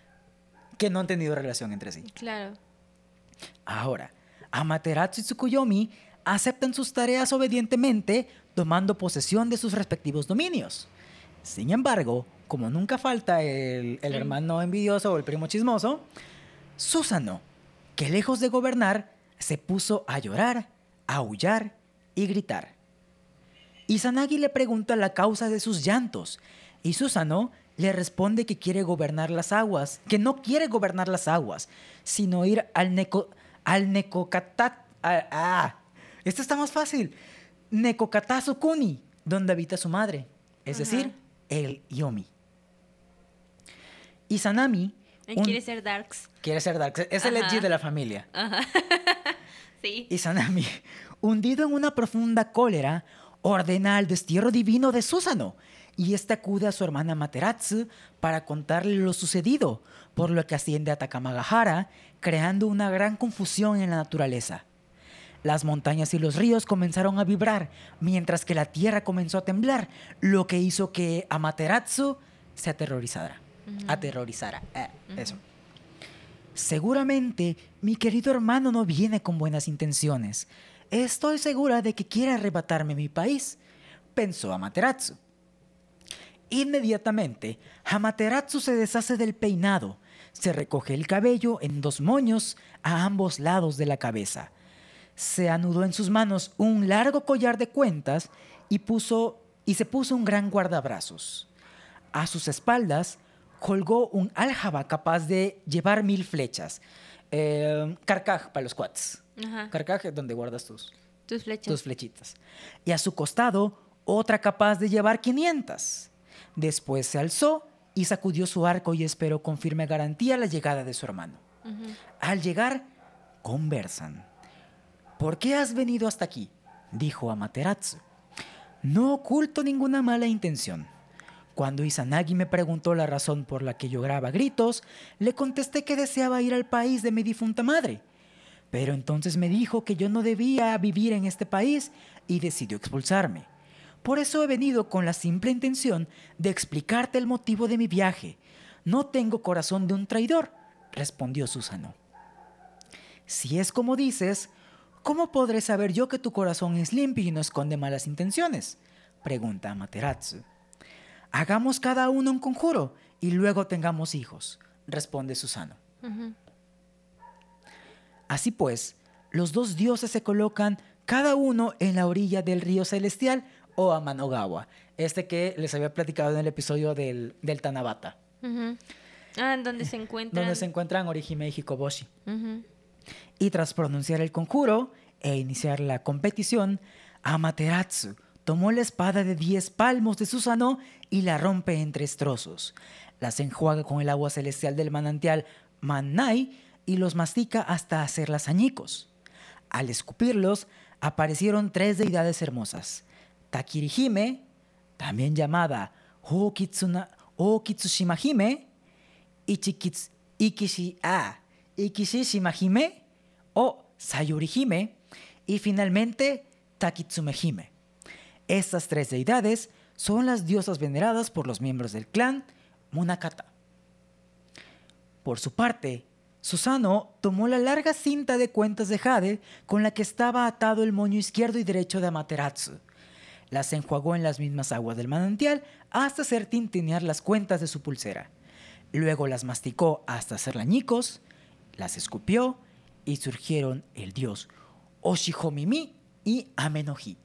que no han tenido relación entre sí. Claro. Ahora, Amaterasu y Tsukuyomi aceptan sus tareas obedientemente, tomando posesión de sus respectivos dominios. Sin embargo, como nunca falta el, el Mm. hermano envidioso o el primo chismoso, Susanoo, que lejos de gobernar, se puso a llorar, a aullar y gritar. Izanagi le pregunta la causa de sus llantos y Susanoo le responde que quiere gobernar las aguas, que no quiere gobernar las aguas, sino ir al Neko, al Nekokata, ah, ah, esto está más fácil, Nekokata Sukuni, donde habita su madre. es Ajá. decir, el Yomi. Izanami Él un- quiere ser Darks. quiere ser Dark, es el Ajá. edgy de la familia. Ajá. Sí. Izanami, hundido en una profunda cólera, ordena el destierro divino de Susanoo y ésta acude a su hermana Materatsu para contarle lo sucedido, por lo que asciende a Takamagahara, creando una gran confusión en la naturaleza. Las montañas y los ríos comenzaron a vibrar, mientras que la tierra comenzó a temblar, lo que hizo que Amaterasu se aterrorizara. Ujú. Aterrorizara, eh, Ujú. eso. Seguramente mi querido hermano no viene con buenas intenciones. Estoy segura de que quiere arrebatarme mi país, pensó Amaterasu. Inmediatamente, Amaterasu se deshace del peinado, se recoge el cabello en dos moños a ambos lados de la cabeza. Se anudó en sus manos un largo collar de cuentas y, puso, y se puso un gran guardabrazos. A sus espaldas colgó un aljaba capaz de llevar mil flechas. Eh, carcaj para los cuates. Ajá. Carcaj es donde guardas tus, Tus flechas. tus flechitas. Y a su costado otra capaz de llevar quinientas. Después se alzó y sacudió su arco y esperó con firme garantía la llegada de su hermano. Ujú. Al llegar, conversan. ¿Por qué has venido hasta aquí?, dijo Amaterasu. No oculto ninguna mala intención. Cuando Izanagi me preguntó la razón por la que lloraba a gritos, le contesté que deseaba ir al país de mi difunta madre. Pero entonces me dijo que yo no debía vivir en este país y decidió expulsarme. Por eso he venido con la simple intención de explicarte el motivo de mi viaje. No tengo corazón de un traidor, respondió Susanoo. Si es como dices, ¿cómo podré saber yo que tu corazón es limpio y no esconde malas intenciones?, pregunta Amaterasu. Hagamos cada uno un conjuro y luego tengamos hijos, responde Susanoo. Ujú. Así pues, los dos dioses se colocan cada uno en la orilla del río celestial o Amanogawa, este que les había platicado en el episodio del, del Tanabata, Ujú. Ah, en donde se encuentran. donde se encuentran Orihime y Hikoboshi. Ujú. Y tras pronunciar el conjuro e iniciar la competición, Amaterasu tomó la espada de diez palmos de Susanoo y la rompe en tres trozos. Las enjuaga con el agua celestial del manantial Mannai y los mastica hasta hacerlas añicos. Al escupirlos, aparecieron tres deidades hermosas: Takirihime, también llamada Okitsuna- Okitsushima-hime, Ichikits- Ikishi, ah, Ikishishima-hime o Sayuri-hime, y finalmente Takitsume-hime. Estas tres deidades son las diosas veneradas por los miembros del clan Munakata. Por su parte, Susanoo tomó la larga cinta de cuentas de jade con la que estaba atado el moño izquierdo y derecho de Amaterasu. Las enjuagó en las mismas aguas del manantial hasta hacer tintinear las cuentas de su pulsera. Luego las masticó hasta hacer añicos, las escupió y surgieron el dios Oshihomimi y Amenoji.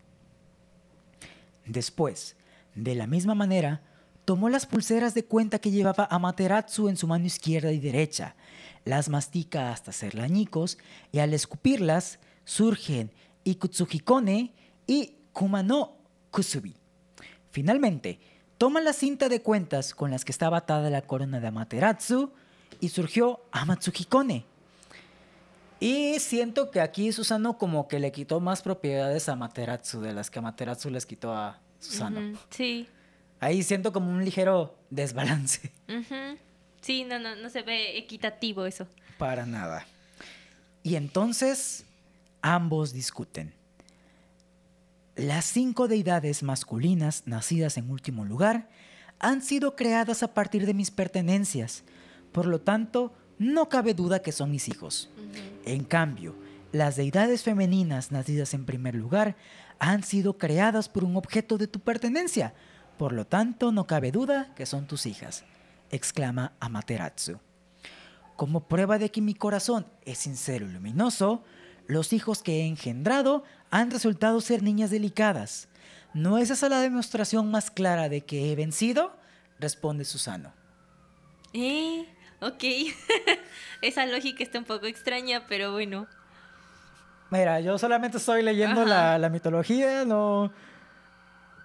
Después, de la misma manera, tomó las pulseras de cuenta que llevaba Amaterasu en su mano izquierda y derecha, las mastica hasta hacerlas añicos y al escupirlas surgen Ikutsuhikone y Kumano Kusubi. Finalmente, toma la cinta de cuentas con las que estaba atada la corona de Amaterasu y surgió Amatsuhikone. Y siento que aquí Susanoo como que le quitó más propiedades a Amaterasu de las que Amaterasu les quitó a Susanoo. Ujú. Sí. Ahí siento como un ligero desbalance. Ujú. Sí, no, no, no se ve equitativo eso. Para nada. Y entonces ambos discuten. Las cinco deidades masculinas nacidas en último lugar han sido creadas a partir de mis pertenencias. Por lo tanto, no cabe duda que son mis hijos. Ujú. En cambio, las deidades femeninas nacidas en primer lugar han sido creadas por un objeto de tu pertenencia. Por lo tanto, no cabe duda que son tus hijas, exclama Amaterasu. Como prueba de que mi corazón es sincero y luminoso, los hijos que he engendrado han resultado ser niñas delicadas. ¿No es esa la demostración más clara de que he vencido?, responde Susanoo. Eh, ok. Esa lógica está un poco extraña, pero bueno. Mira, yo solamente estoy leyendo Ajá. la, la mitología, no,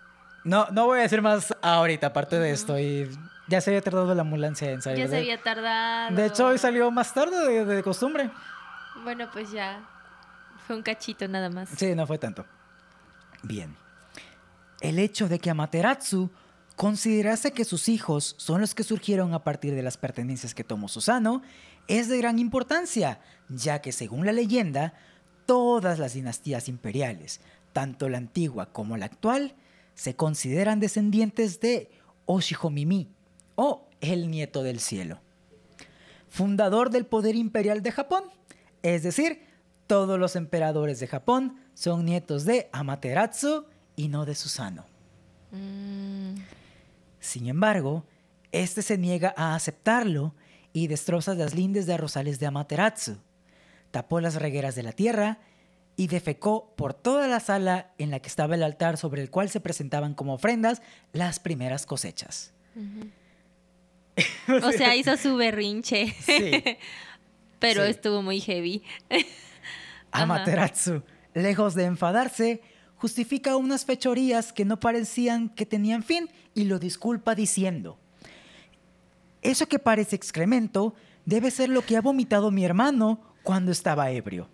No, no voy a decir más ahorita, aparte de esto. Y ya se había tardado la ambulancia en salir. Ya se de... había tardado. De hecho, hoy salió más tarde de, de costumbre. Bueno, pues ya. Fue un cachito nada más. Sí, no fue tanto. Bien. El hecho de que Amaterasu considerase que sus hijos son los que surgieron a partir de las pertenencias que tomó Susano es de gran importancia, ya que según la leyenda, todas las dinastías imperiales, tanto la antigua como la actual, se consideran descendientes de Oshihomimi, o el nieto del cielo, fundador del poder imperial de Japón. Es decir, todos los emperadores de Japón son nietos de Amaterasu y no de Susano. Mm. Sin embargo, este se niega a aceptarlo y destroza las lindes de arrozales de Amaterasu, tapó las regueras de la tierra y defecó por toda la sala en la que estaba el altar sobre el cual se presentaban como ofrendas las primeras cosechas. Uh-huh. O sea, hizo su berrinche. Sí. Pero Sí. estuvo muy heavy. Amaterasu, lejos de enfadarse, justifica unas fechorías que no parecían que tenían fin y lo disculpa diciendo: eso que parece excremento debe ser lo que ha vomitado mi hermano cuando estaba ebrio.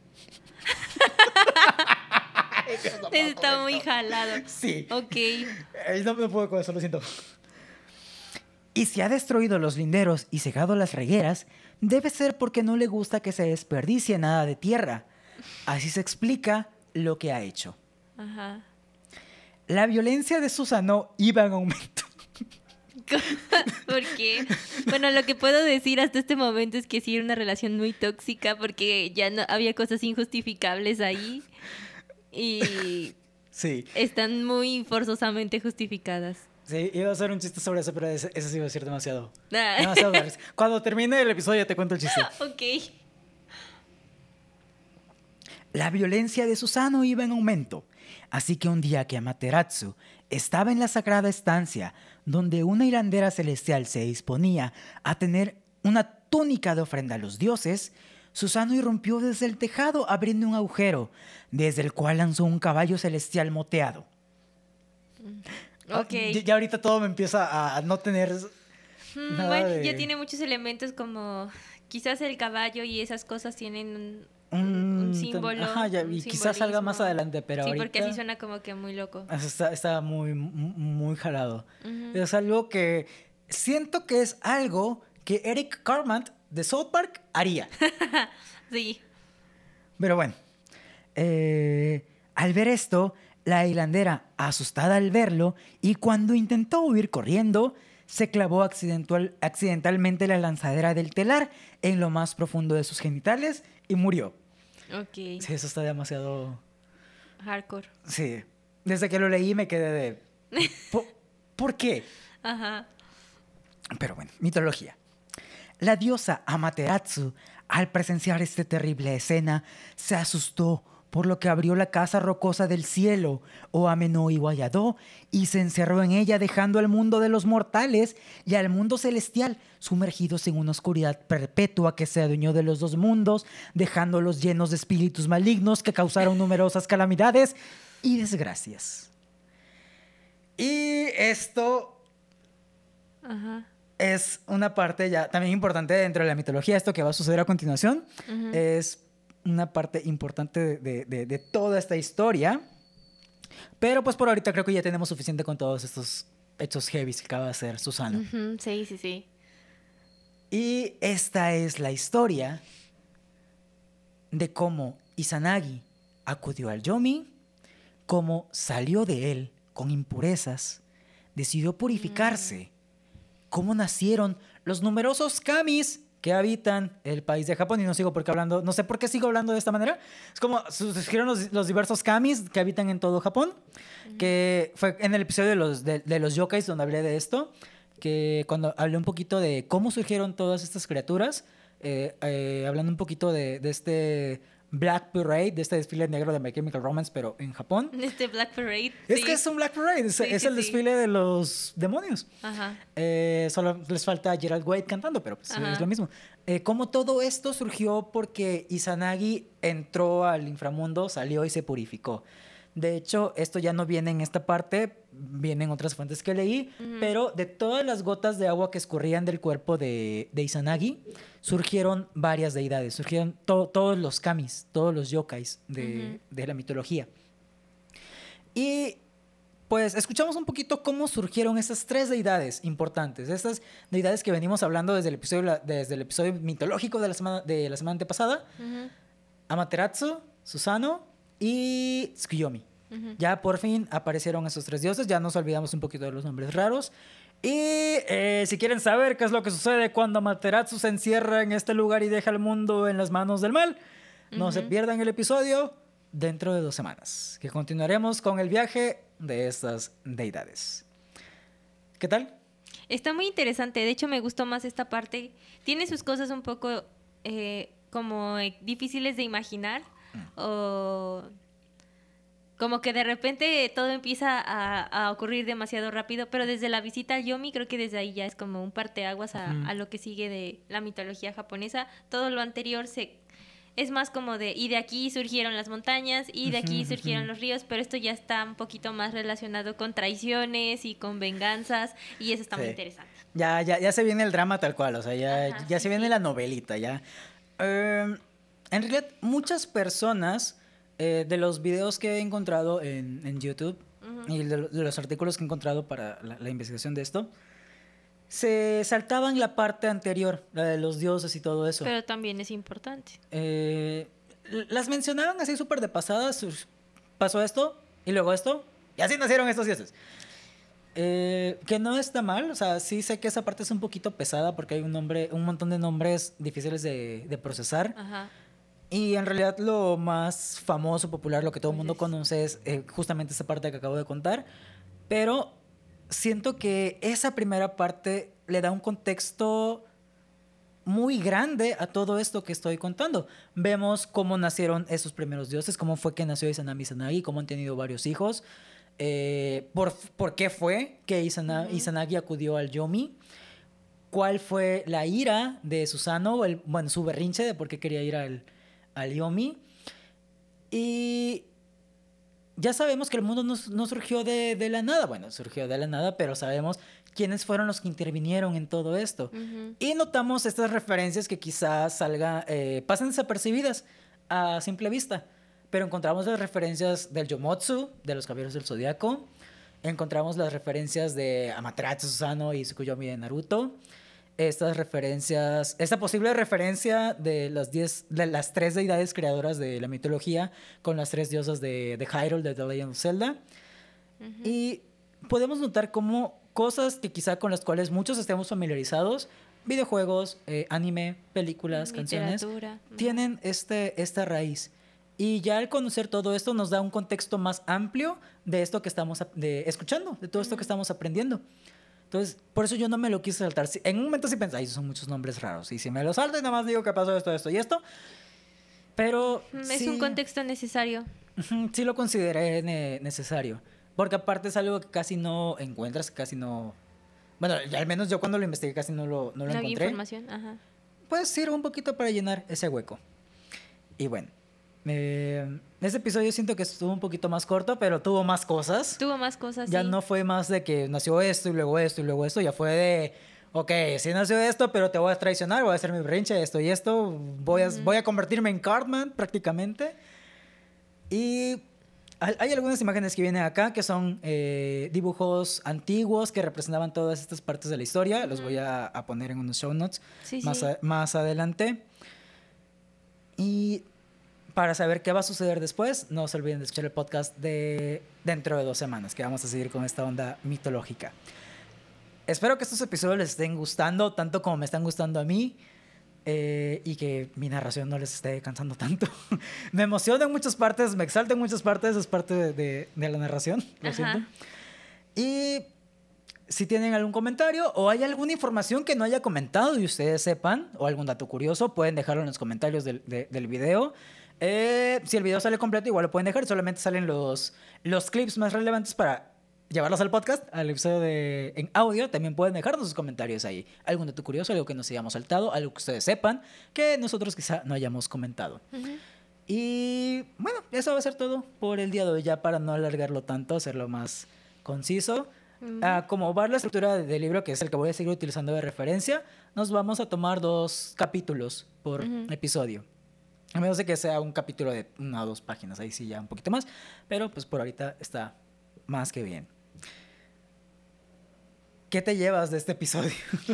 Está muy jalado. Sí. Ok. No, no puedo con eso, lo siento. Y si ha destruido los linderos y cegado las regueras, debe ser porque no le gusta que se desperdicie nada de tierra. Así se explica lo que ha hecho. Ajá. La violencia de Susano iba en aumento. ¿Por qué? Bueno, lo que puedo decir hasta este momento es que sí era una relación muy tóxica porque ya no había cosas injustificables ahí y Sí. están muy forzosamente justificadas. Sí, iba a hacer un chiste sobre eso, pero ese, ese sí iba a ser demasiado. Ah. Demasiado darks. Cuando termine el episodio ya te cuento el chiste. Ok. La violencia de Susano iba en aumento, así que un día que Amaterasu estaba en la sagrada estancia donde una hilandera celestial se disponía a tener una túnica de ofrenda a los dioses, Susano irrumpió desde el tejado abriendo un agujero, desde el cual lanzó un caballo celestial moteado. Ok. Ya, ya ahorita todo me empieza a no tener Mm, nada bueno, de... ya tiene muchos elementos como quizás el caballo y esas cosas tienen un, Un- un símbolo. Ajá, ya, un y quizás salga más simbolismo. adelante, pero Sí, ahorita... porque así suena como que muy loco. Está, está muy, muy jalado. Ujú. Es algo que siento que es algo que Eric Cartman de South Park haría. Sí. Pero bueno, eh, al ver esto, la hilandera, asustada al verlo, y cuando intentó huir corriendo, se clavó accidental, accidentalmente la lanzadera del telar en lo más profundo de sus genitales y murió. Ok. Sí, eso está demasiado... Hardcore. Sí. Desde que lo leí me quedé de... ¿Por, ¿por qué? Ajá. Pero bueno, mitología. La diosa Amaterasu, al presenciar esta terrible escena, se asustó, por lo que abrió la casa rocosa del cielo, o Amenó y Guayadó, y se encerró en ella, dejando al mundo de los mortales y al mundo celestial sumergidos en una oscuridad perpetua que se adueñó de los dos mundos, dejándolos llenos de espíritus malignos que causaron numerosas calamidades y desgracias. Y esto Ajá. es una parte ya también importante dentro de la mitología. Esto que va a suceder a continuación Ujú. es una parte importante de, de- de- de toda esta historia. Pero pues por ahorita creo que ya tenemos suficiente con todos estos hechos heavy que acaba de hacer Susano. Ujú, sí, sí, sí. Y esta es la historia de cómo Izanagi acudió al Yomi, cómo salió de él con impurezas, decidió purificarse, cómo nacieron los numerosos kamis que habitan el país de Japón. Y no sigo porque hablando, no sé por qué sigo hablando de esta manera. Es como surgieron los, los diversos kamis que habitan en todo Japón, que fue en el episodio de los, de, de los yokais donde hablé de esto, que cuando hablé un poquito de cómo surgieron todas estas criaturas, eh, eh, hablando un poquito de, de este Black Parade, de este desfile negro de My Chemical Romance, pero en Japón. Este Black Parade. Es sí. que es un Black Parade, es, Sí, es sí, el sí. desfile de los demonios. Ajá. Eh, solo les falta Gerald Way cantando, pero pues, Ajá. es lo mismo. Eh, como todo esto surgió porque Izanagi entró al inframundo, salió y se purificó. De hecho, esto ya no viene en esta parte, vienen otras fuentes que leí, Ujú. pero de todas las gotas de agua que escurrían del cuerpo de, de Izanagi, surgieron varias deidades, surgieron to- todos los kamis, todos los yokais de, Ujú. de la mitología. Y pues escuchamos un poquito cómo surgieron esas tres deidades importantes, estas deidades que venimos hablando desde el episodio, desde el episodio mitológico de la semana, de la semana antepasada. Ujú. Amaterasu, Susano y Tsukuyomi. Ujú. Ya por fin aparecieron esos tres dioses, ya nos olvidamos un poquito de los nombres raros. Y eh, si quieren saber qué es lo que sucede cuando Amaterasu se encierra en este lugar y deja el mundo en las manos del mal, no se Ujú. pierdan el episodio dentro de dos semanas, que continuaremos con el viaje de estas deidades. ¿Qué tal? Está muy interesante. De hecho, me gustó más esta parte. Tiene sus cosas un poco eh, como eh, difíciles de imaginar. O como que de repente todo empieza a, a ocurrir demasiado rápido. Pero desde la visita al Yomi, creo que desde ahí ya es como un parteaguas a, Ujú. a lo que sigue de la mitología japonesa. Todo lo anterior se... Es más como de, y de aquí surgieron las montañas, y de aquí Ujú, surgieron ujú. los ríos, pero esto ya está un poquito más relacionado con traiciones y con venganzas, y eso está muy Sí. interesante. Ya, ya, ya se viene el drama tal cual, o sea, ya, Ajá, ya sí, se viene sí. la novelita, ya. Eh, en realidad, muchas personas eh, de los videos que he encontrado en, en YouTube Ujú. y de, lo- de los artículos que he encontrado para la, la investigación de esto, se saltaban la parte anterior, la de los dioses y todo eso. Pero también es importante. Eh, l- las mencionaban así súper de pasada, sus- pasó esto y luego esto, y así nacieron estos dioses. Eh, que no está mal, o sea, sí sé que esa parte es un poquito pesada porque hay un nombre, un montón de nombres difíciles de, de procesar. Ajá. Y en realidad lo más famoso, popular, lo que todo el Pues mundo es- conoce es eh, justamente esa parte que acabo de contar. Pero siento que esa primera parte le da un contexto muy grande a todo esto que estoy contando. Vemos cómo nacieron esos primeros dioses, cómo fue que nació Izanami Izanagi, cómo han tenido varios hijos, eh, por, por qué fue que Izana- Ujú. Izanagi acudió al Yomi, cuál fue la ira de Susano, el, bueno, su berrinche de por qué quería ir al, al Yomi. Y ya sabemos que el mundo no, no surgió de, de la nada. Bueno, surgió de la nada, pero sabemos quiénes fueron los que intervinieron en todo esto. Ujú. Y notamos estas referencias que quizás salga, eh, pasan desapercibidas a simple vista. Pero encontramos las referencias del Yomotsu, de los Caballeros del Zodiaco. Encontramos las referencias de Amaterasu, Susano y Tsukuyomi de Naruto. Estas referencias, esta posible referencia de las, diez, de las tres deidades creadoras de la mitología con las tres diosas de, de Hyrule, de The Legend of Zelda. Ujú. Y podemos notar cómo cosas que quizá con las cuales muchos estemos familiarizados, videojuegos, eh, anime, películas, canciones, Literatura. Ajá. tienen este, esta raíz. Y ya al conocer todo esto nos da un contexto más amplio de esto que estamos ap- de, escuchando, de todo esto que Ujú. estamos aprendiendo. Entonces, por eso yo no me lo quise saltar. Sí, en un momento sí pensé, ay, son muchos nombres raros. Y si me lo salto y nada más digo que pasó esto, esto y esto. Pero Mm, Es sí, un contexto necesario. ujú, sí lo consideré ne- necesario. Porque aparte es algo que casi no encuentras, casi no... Bueno, al menos yo cuando lo investigué casi no lo, no lo No había encontré. información. Ajá. Pues sirve un poquito para llenar ese hueco. Y bueno, eh, este episodio siento que estuvo un poquito más corto, pero tuvo más cosas. Tuvo más cosas, Ya sí. no fue más de que nació esto y luego esto y luego esto. Ya fue de, ok, sí nació esto, pero te voy a traicionar, voy a hacer mi berrinche, esto y esto. Voy a, Ujú. voy a convertirme en Cartman prácticamente. Y hay hay algunas imágenes que vienen acá que son eh, dibujos antiguos que representaban todas estas partes de la historia. Los voy a, a poner en unos show notes Sí, más, sí. a- más adelante. Y para saber qué va a suceder después, no se olviden de escuchar el podcast de dentro de dos semanas, que vamos a seguir con esta onda mitológica. Espero que estos episodios les estén gustando tanto como me están gustando a mí. Eh, y que mi narración no les esté cansando tanto. Me emociona en muchas partes, me exalta en muchas partes, es parte de, de, de la narración, lo Ajá. siento. Y si tienen algún comentario o hay alguna información que no haya comentado y ustedes sepan, o algún dato curioso, pueden dejarlo en los comentarios del, de, del video. Eh, si el video sale completo, igual lo pueden dejar, solamente salen los, los clips más relevantes para llevarlos al podcast, al episodio de, en audio. También pueden dejarnos sus comentarios ahí. Algún dato curioso, algo que nos hayamos saltado, algo que ustedes sepan, que nosotros quizá no hayamos comentado. Ujú. Y bueno, eso va a ser todo por el día de hoy, ya para no alargarlo tanto, hacerlo más conciso. Ujú. Ah, como va la estructura del libro, que es el que voy a seguir utilizando de referencia, nos vamos a tomar dos capítulos por Ujú. episodio. A menos de que sea un capítulo de una o dos páginas, ahí sí ya un poquito más. Pero pues por ahorita está más que bien. ¿Qué te llevas de este episodio?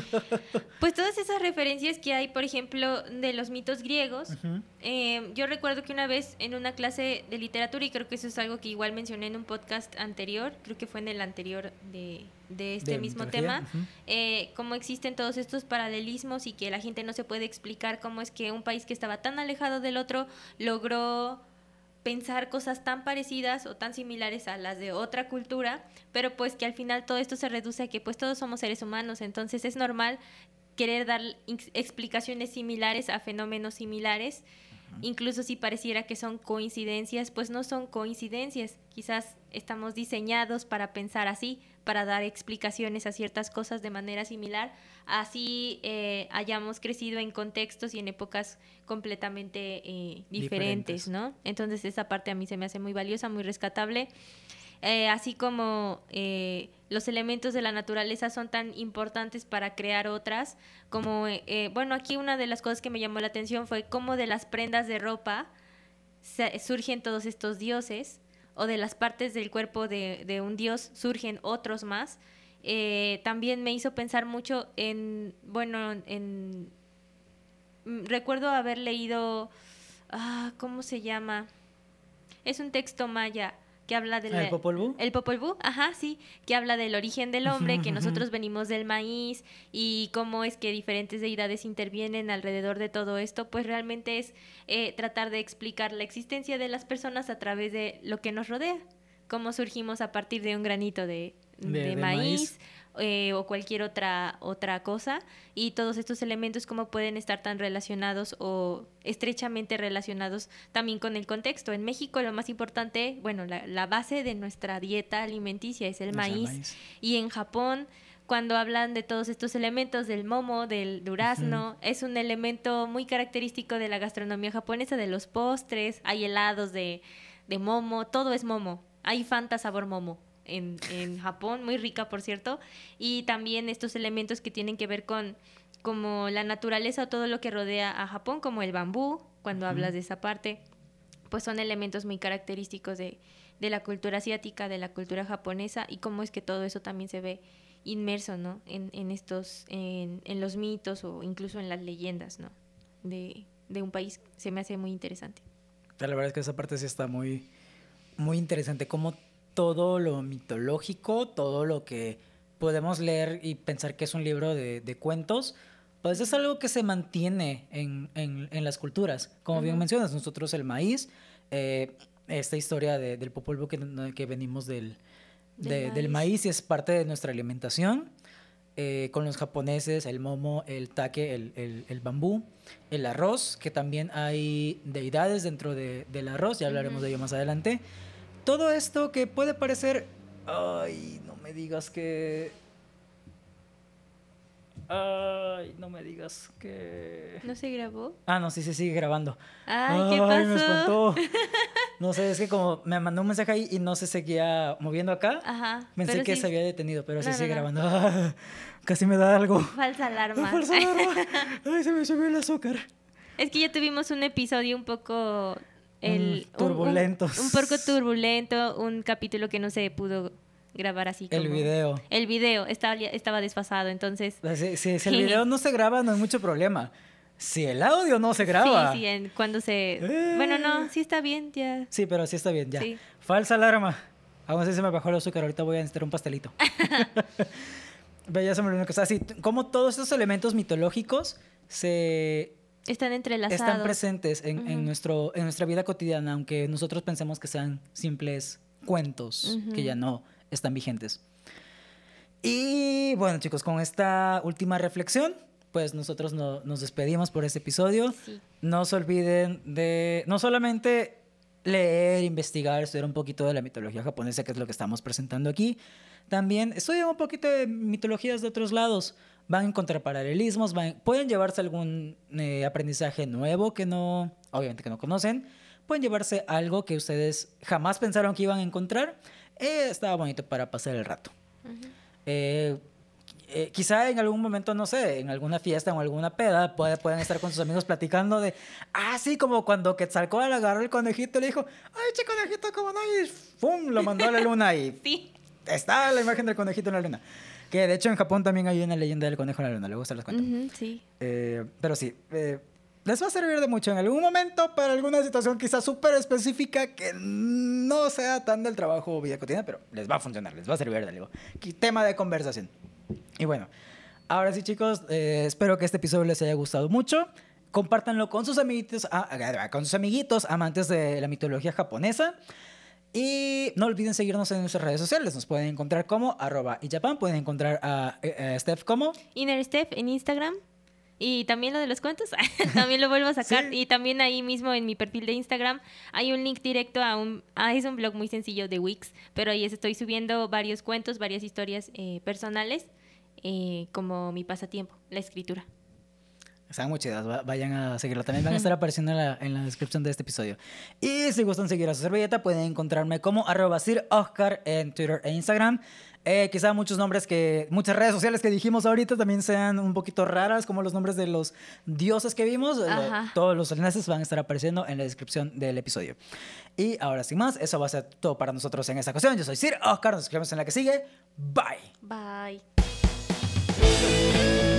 Pues todas esas referencias que hay, por ejemplo, de los mitos griegos. Ujú. Eh, yo recuerdo que una vez en una clase de literatura, y creo que eso es algo que igual mencioné en un podcast anterior, creo que fue en el anterior de, de este De mismo mitología, tema, ujú. eh, cómo existen todos estos paralelismos y que la gente no se puede explicar cómo es que un país que estaba tan alejado del otro logró pensar cosas tan parecidas o tan similares a las de otra cultura, pero pues que al final todo esto se reduce a que pues todos somos seres humanos, entonces es normal querer dar ex- explicaciones similares a fenómenos similares, incluso si pareciera que son coincidencias, pues no son coincidencias, quizás estamos diseñados para pensar así, para dar explicaciones a ciertas cosas de manera similar, así eh, hayamos crecido en contextos y en épocas completamente eh, diferentes, Diferentes. ¿no? Entonces esa parte a mí se me hace muy valiosa, muy rescatable. Eh, así como eh, los elementos de la naturaleza son tan importantes para crear otras, como, eh, eh, bueno, aquí una de las cosas que me llamó la atención fue cómo de las prendas de ropa se- surgen todos estos dioses, o de las partes del cuerpo de, de un dios surgen otros más. Eh, también me hizo pensar mucho en, bueno, en... mm, recuerdo haber leído, ah, ¿cómo se llama? Es un texto maya que habla del ¿El Popol Vuh? el Popol Vuh, ajá, sí, que habla del origen del hombre, que nosotros venimos del maíz y cómo es que diferentes deidades intervienen alrededor de todo esto, pues realmente es eh, tratar de explicar la existencia de las personas a través de lo que nos rodea, cómo surgimos a partir de un granito de, De, de de maíz. maíz, eh, o cualquier otra, otra cosa, y todos estos elementos cómo pueden estar tan relacionados o estrechamente relacionados también con el contexto. En México lo más importante, bueno, la, la base de nuestra dieta alimenticia es el Es el maíz, maíz. y en Japón cuando hablan de todos estos elementos del momo, del durazno, es un elemento muy característico de la gastronomía japonesa, de los postres, hay helados de, de momo, todo es momo, hay Fanta sabor momo en, en Japón, muy rica por cierto, y también estos elementos que tienen que ver con como la naturaleza o todo lo que rodea a Japón, como el bambú, cuando Ujú. hablas de esa parte, pues son elementos muy característicos de, de la cultura asiática, de la cultura japonesa, y cómo es que todo eso también se ve inmerso, ¿no? En, en estos, en, en los mitos o incluso en las leyendas, ¿no? De, de un país, se me hace muy interesante. La verdad es que esa parte sí está muy, muy interesante. Como todo lo mitológico, todo lo que podemos leer y pensar que es un libro de, de cuentos, pues es algo que se mantiene en, en, en las culturas. Como bien Ujú. mencionas, nosotros el maíz, eh, esta historia de, del Popol Vuh que, que venimos del, Del de- del maíz. maíz y es parte de nuestra alimentación. Eh, con los japoneses, el momo, el take, el, el, el bambú, el arroz, que también hay deidades dentro de, del arroz, ya hablaremos Ujú. de ello más adelante. Todo esto que puede parecer... Ay, no me digas que... Ay, no me digas que... ¿No se grabó? Ah, no, sí, sí, sigue grabando. Ay, ¿qué Ay, me pasó? espantó. No sé, es que como me mandó un mensaje ahí y no se seguía moviendo acá, Ajá, pensé pero que sí. se había detenido, pero sí No, no, sigue no. grabando. Ah, casi me da algo. Falsa ¡Ah, alarma. falsa alarma! ¡Ay, se me subió el azúcar! Es que ya tuvimos un episodio un poco Mm, el un, un, turbulentos. un poco turbulento, un capítulo que no se pudo grabar así El como video. el video estaba estaba desfasado, entonces Si, si- si el video no se graba, no es mucho problema. Si el audio no se sí, graba. sí, en, cuando se bueno, Eh. no, sí está bien, ya. Sí, pero sí está bien, ya. Sí. Falsa alarma. Aún así se me bajó el azúcar. Ahorita voy a necesitar un pastelito. Pero ya se me olvidó que... O sea, sí, t- como todos estos elementos mitológicos se Están entrelazados. están presentes en, en Ujú. nuestro, en nuestra vida cotidiana, aunque nosotros pensemos que sean simples cuentos Ujú. que ya no están vigentes. Y bueno, chicos, con esta última reflexión, pues nosotros no- nos despedimos por este episodio. Sí. No se olviden de no solamente leer, investigar, estudiar un poquito de la mitología japonesa, que es lo que estamos presentando aquí. También estudien un poquito de mitologías de otros lados. Van a encontrar paralelismos, van- pueden llevarse algún eh, aprendizaje nuevo que no, obviamente que no conocen. Pueden llevarse algo que ustedes jamás pensaron que iban a encontrar. Eh, estaba bonito para pasar el rato. Ujú. Eh, eh, quizá en algún momento, no sé, en alguna fiesta o alguna peda, puede, pueden estar con sus amigos platicando de, ah, sí, como cuando Quetzalcóatl agarró el conejito y le dijo, ay, che, conejito, ¿cómo no? Y ¡pum! Lo mandó a la luna y Sí. está la imagen del conejito en la luna. Que de hecho en Japón también hay una leyenda del conejo en la luna, luego se las cuento. Ujú, sí. Eh, pero sí, eh, les va a servir de mucho en algún momento para alguna situación quizás súper específica que no sea tan del trabajo o vida cotidiana, pero les va a funcionar, les va a servir de algo. Tema de conversación. Y bueno, ahora sí, chicos, eh, espero que este episodio les haya gustado mucho. Compártanlo con sus amiguitos, ah, con sus amiguitos amantes de la mitología japonesa. Y no olviden seguirnos en nuestras redes sociales. Nos pueden encontrar como arroba ijapan. Pueden encontrar a, a, a Steph como Inner Steph en Instagram. Y también lo de los cuentos, también lo vuelvo a sacar. Sí. Y también ahí mismo en mi perfil de Instagram hay un link directo a un... Ah, es un blog muy sencillo de Wix, pero ahí estoy subiendo varios cuentos, varias historias eh, personales, eh, como mi pasatiempo, la escritura. Están muy chidas, vayan a seguirlo. También van a estar apareciendo en la, en la descripción de este episodio. Y si gustan seguir a su servilleta, pueden encontrarme como arroba Sir Oscar en Twitter e Instagram. Eh, quizá muchos nombres que, muchas redes sociales que dijimos ahorita también sean un poquito raras, como los nombres de los dioses que vimos. Ajá. Todos los enlaces van a estar apareciendo en la descripción del episodio. Y ahora sin más, eso va a ser todo para nosotros en esta ocasión. Yo soy Sir Oscar, nos vemos en la que sigue. Bye. Bye.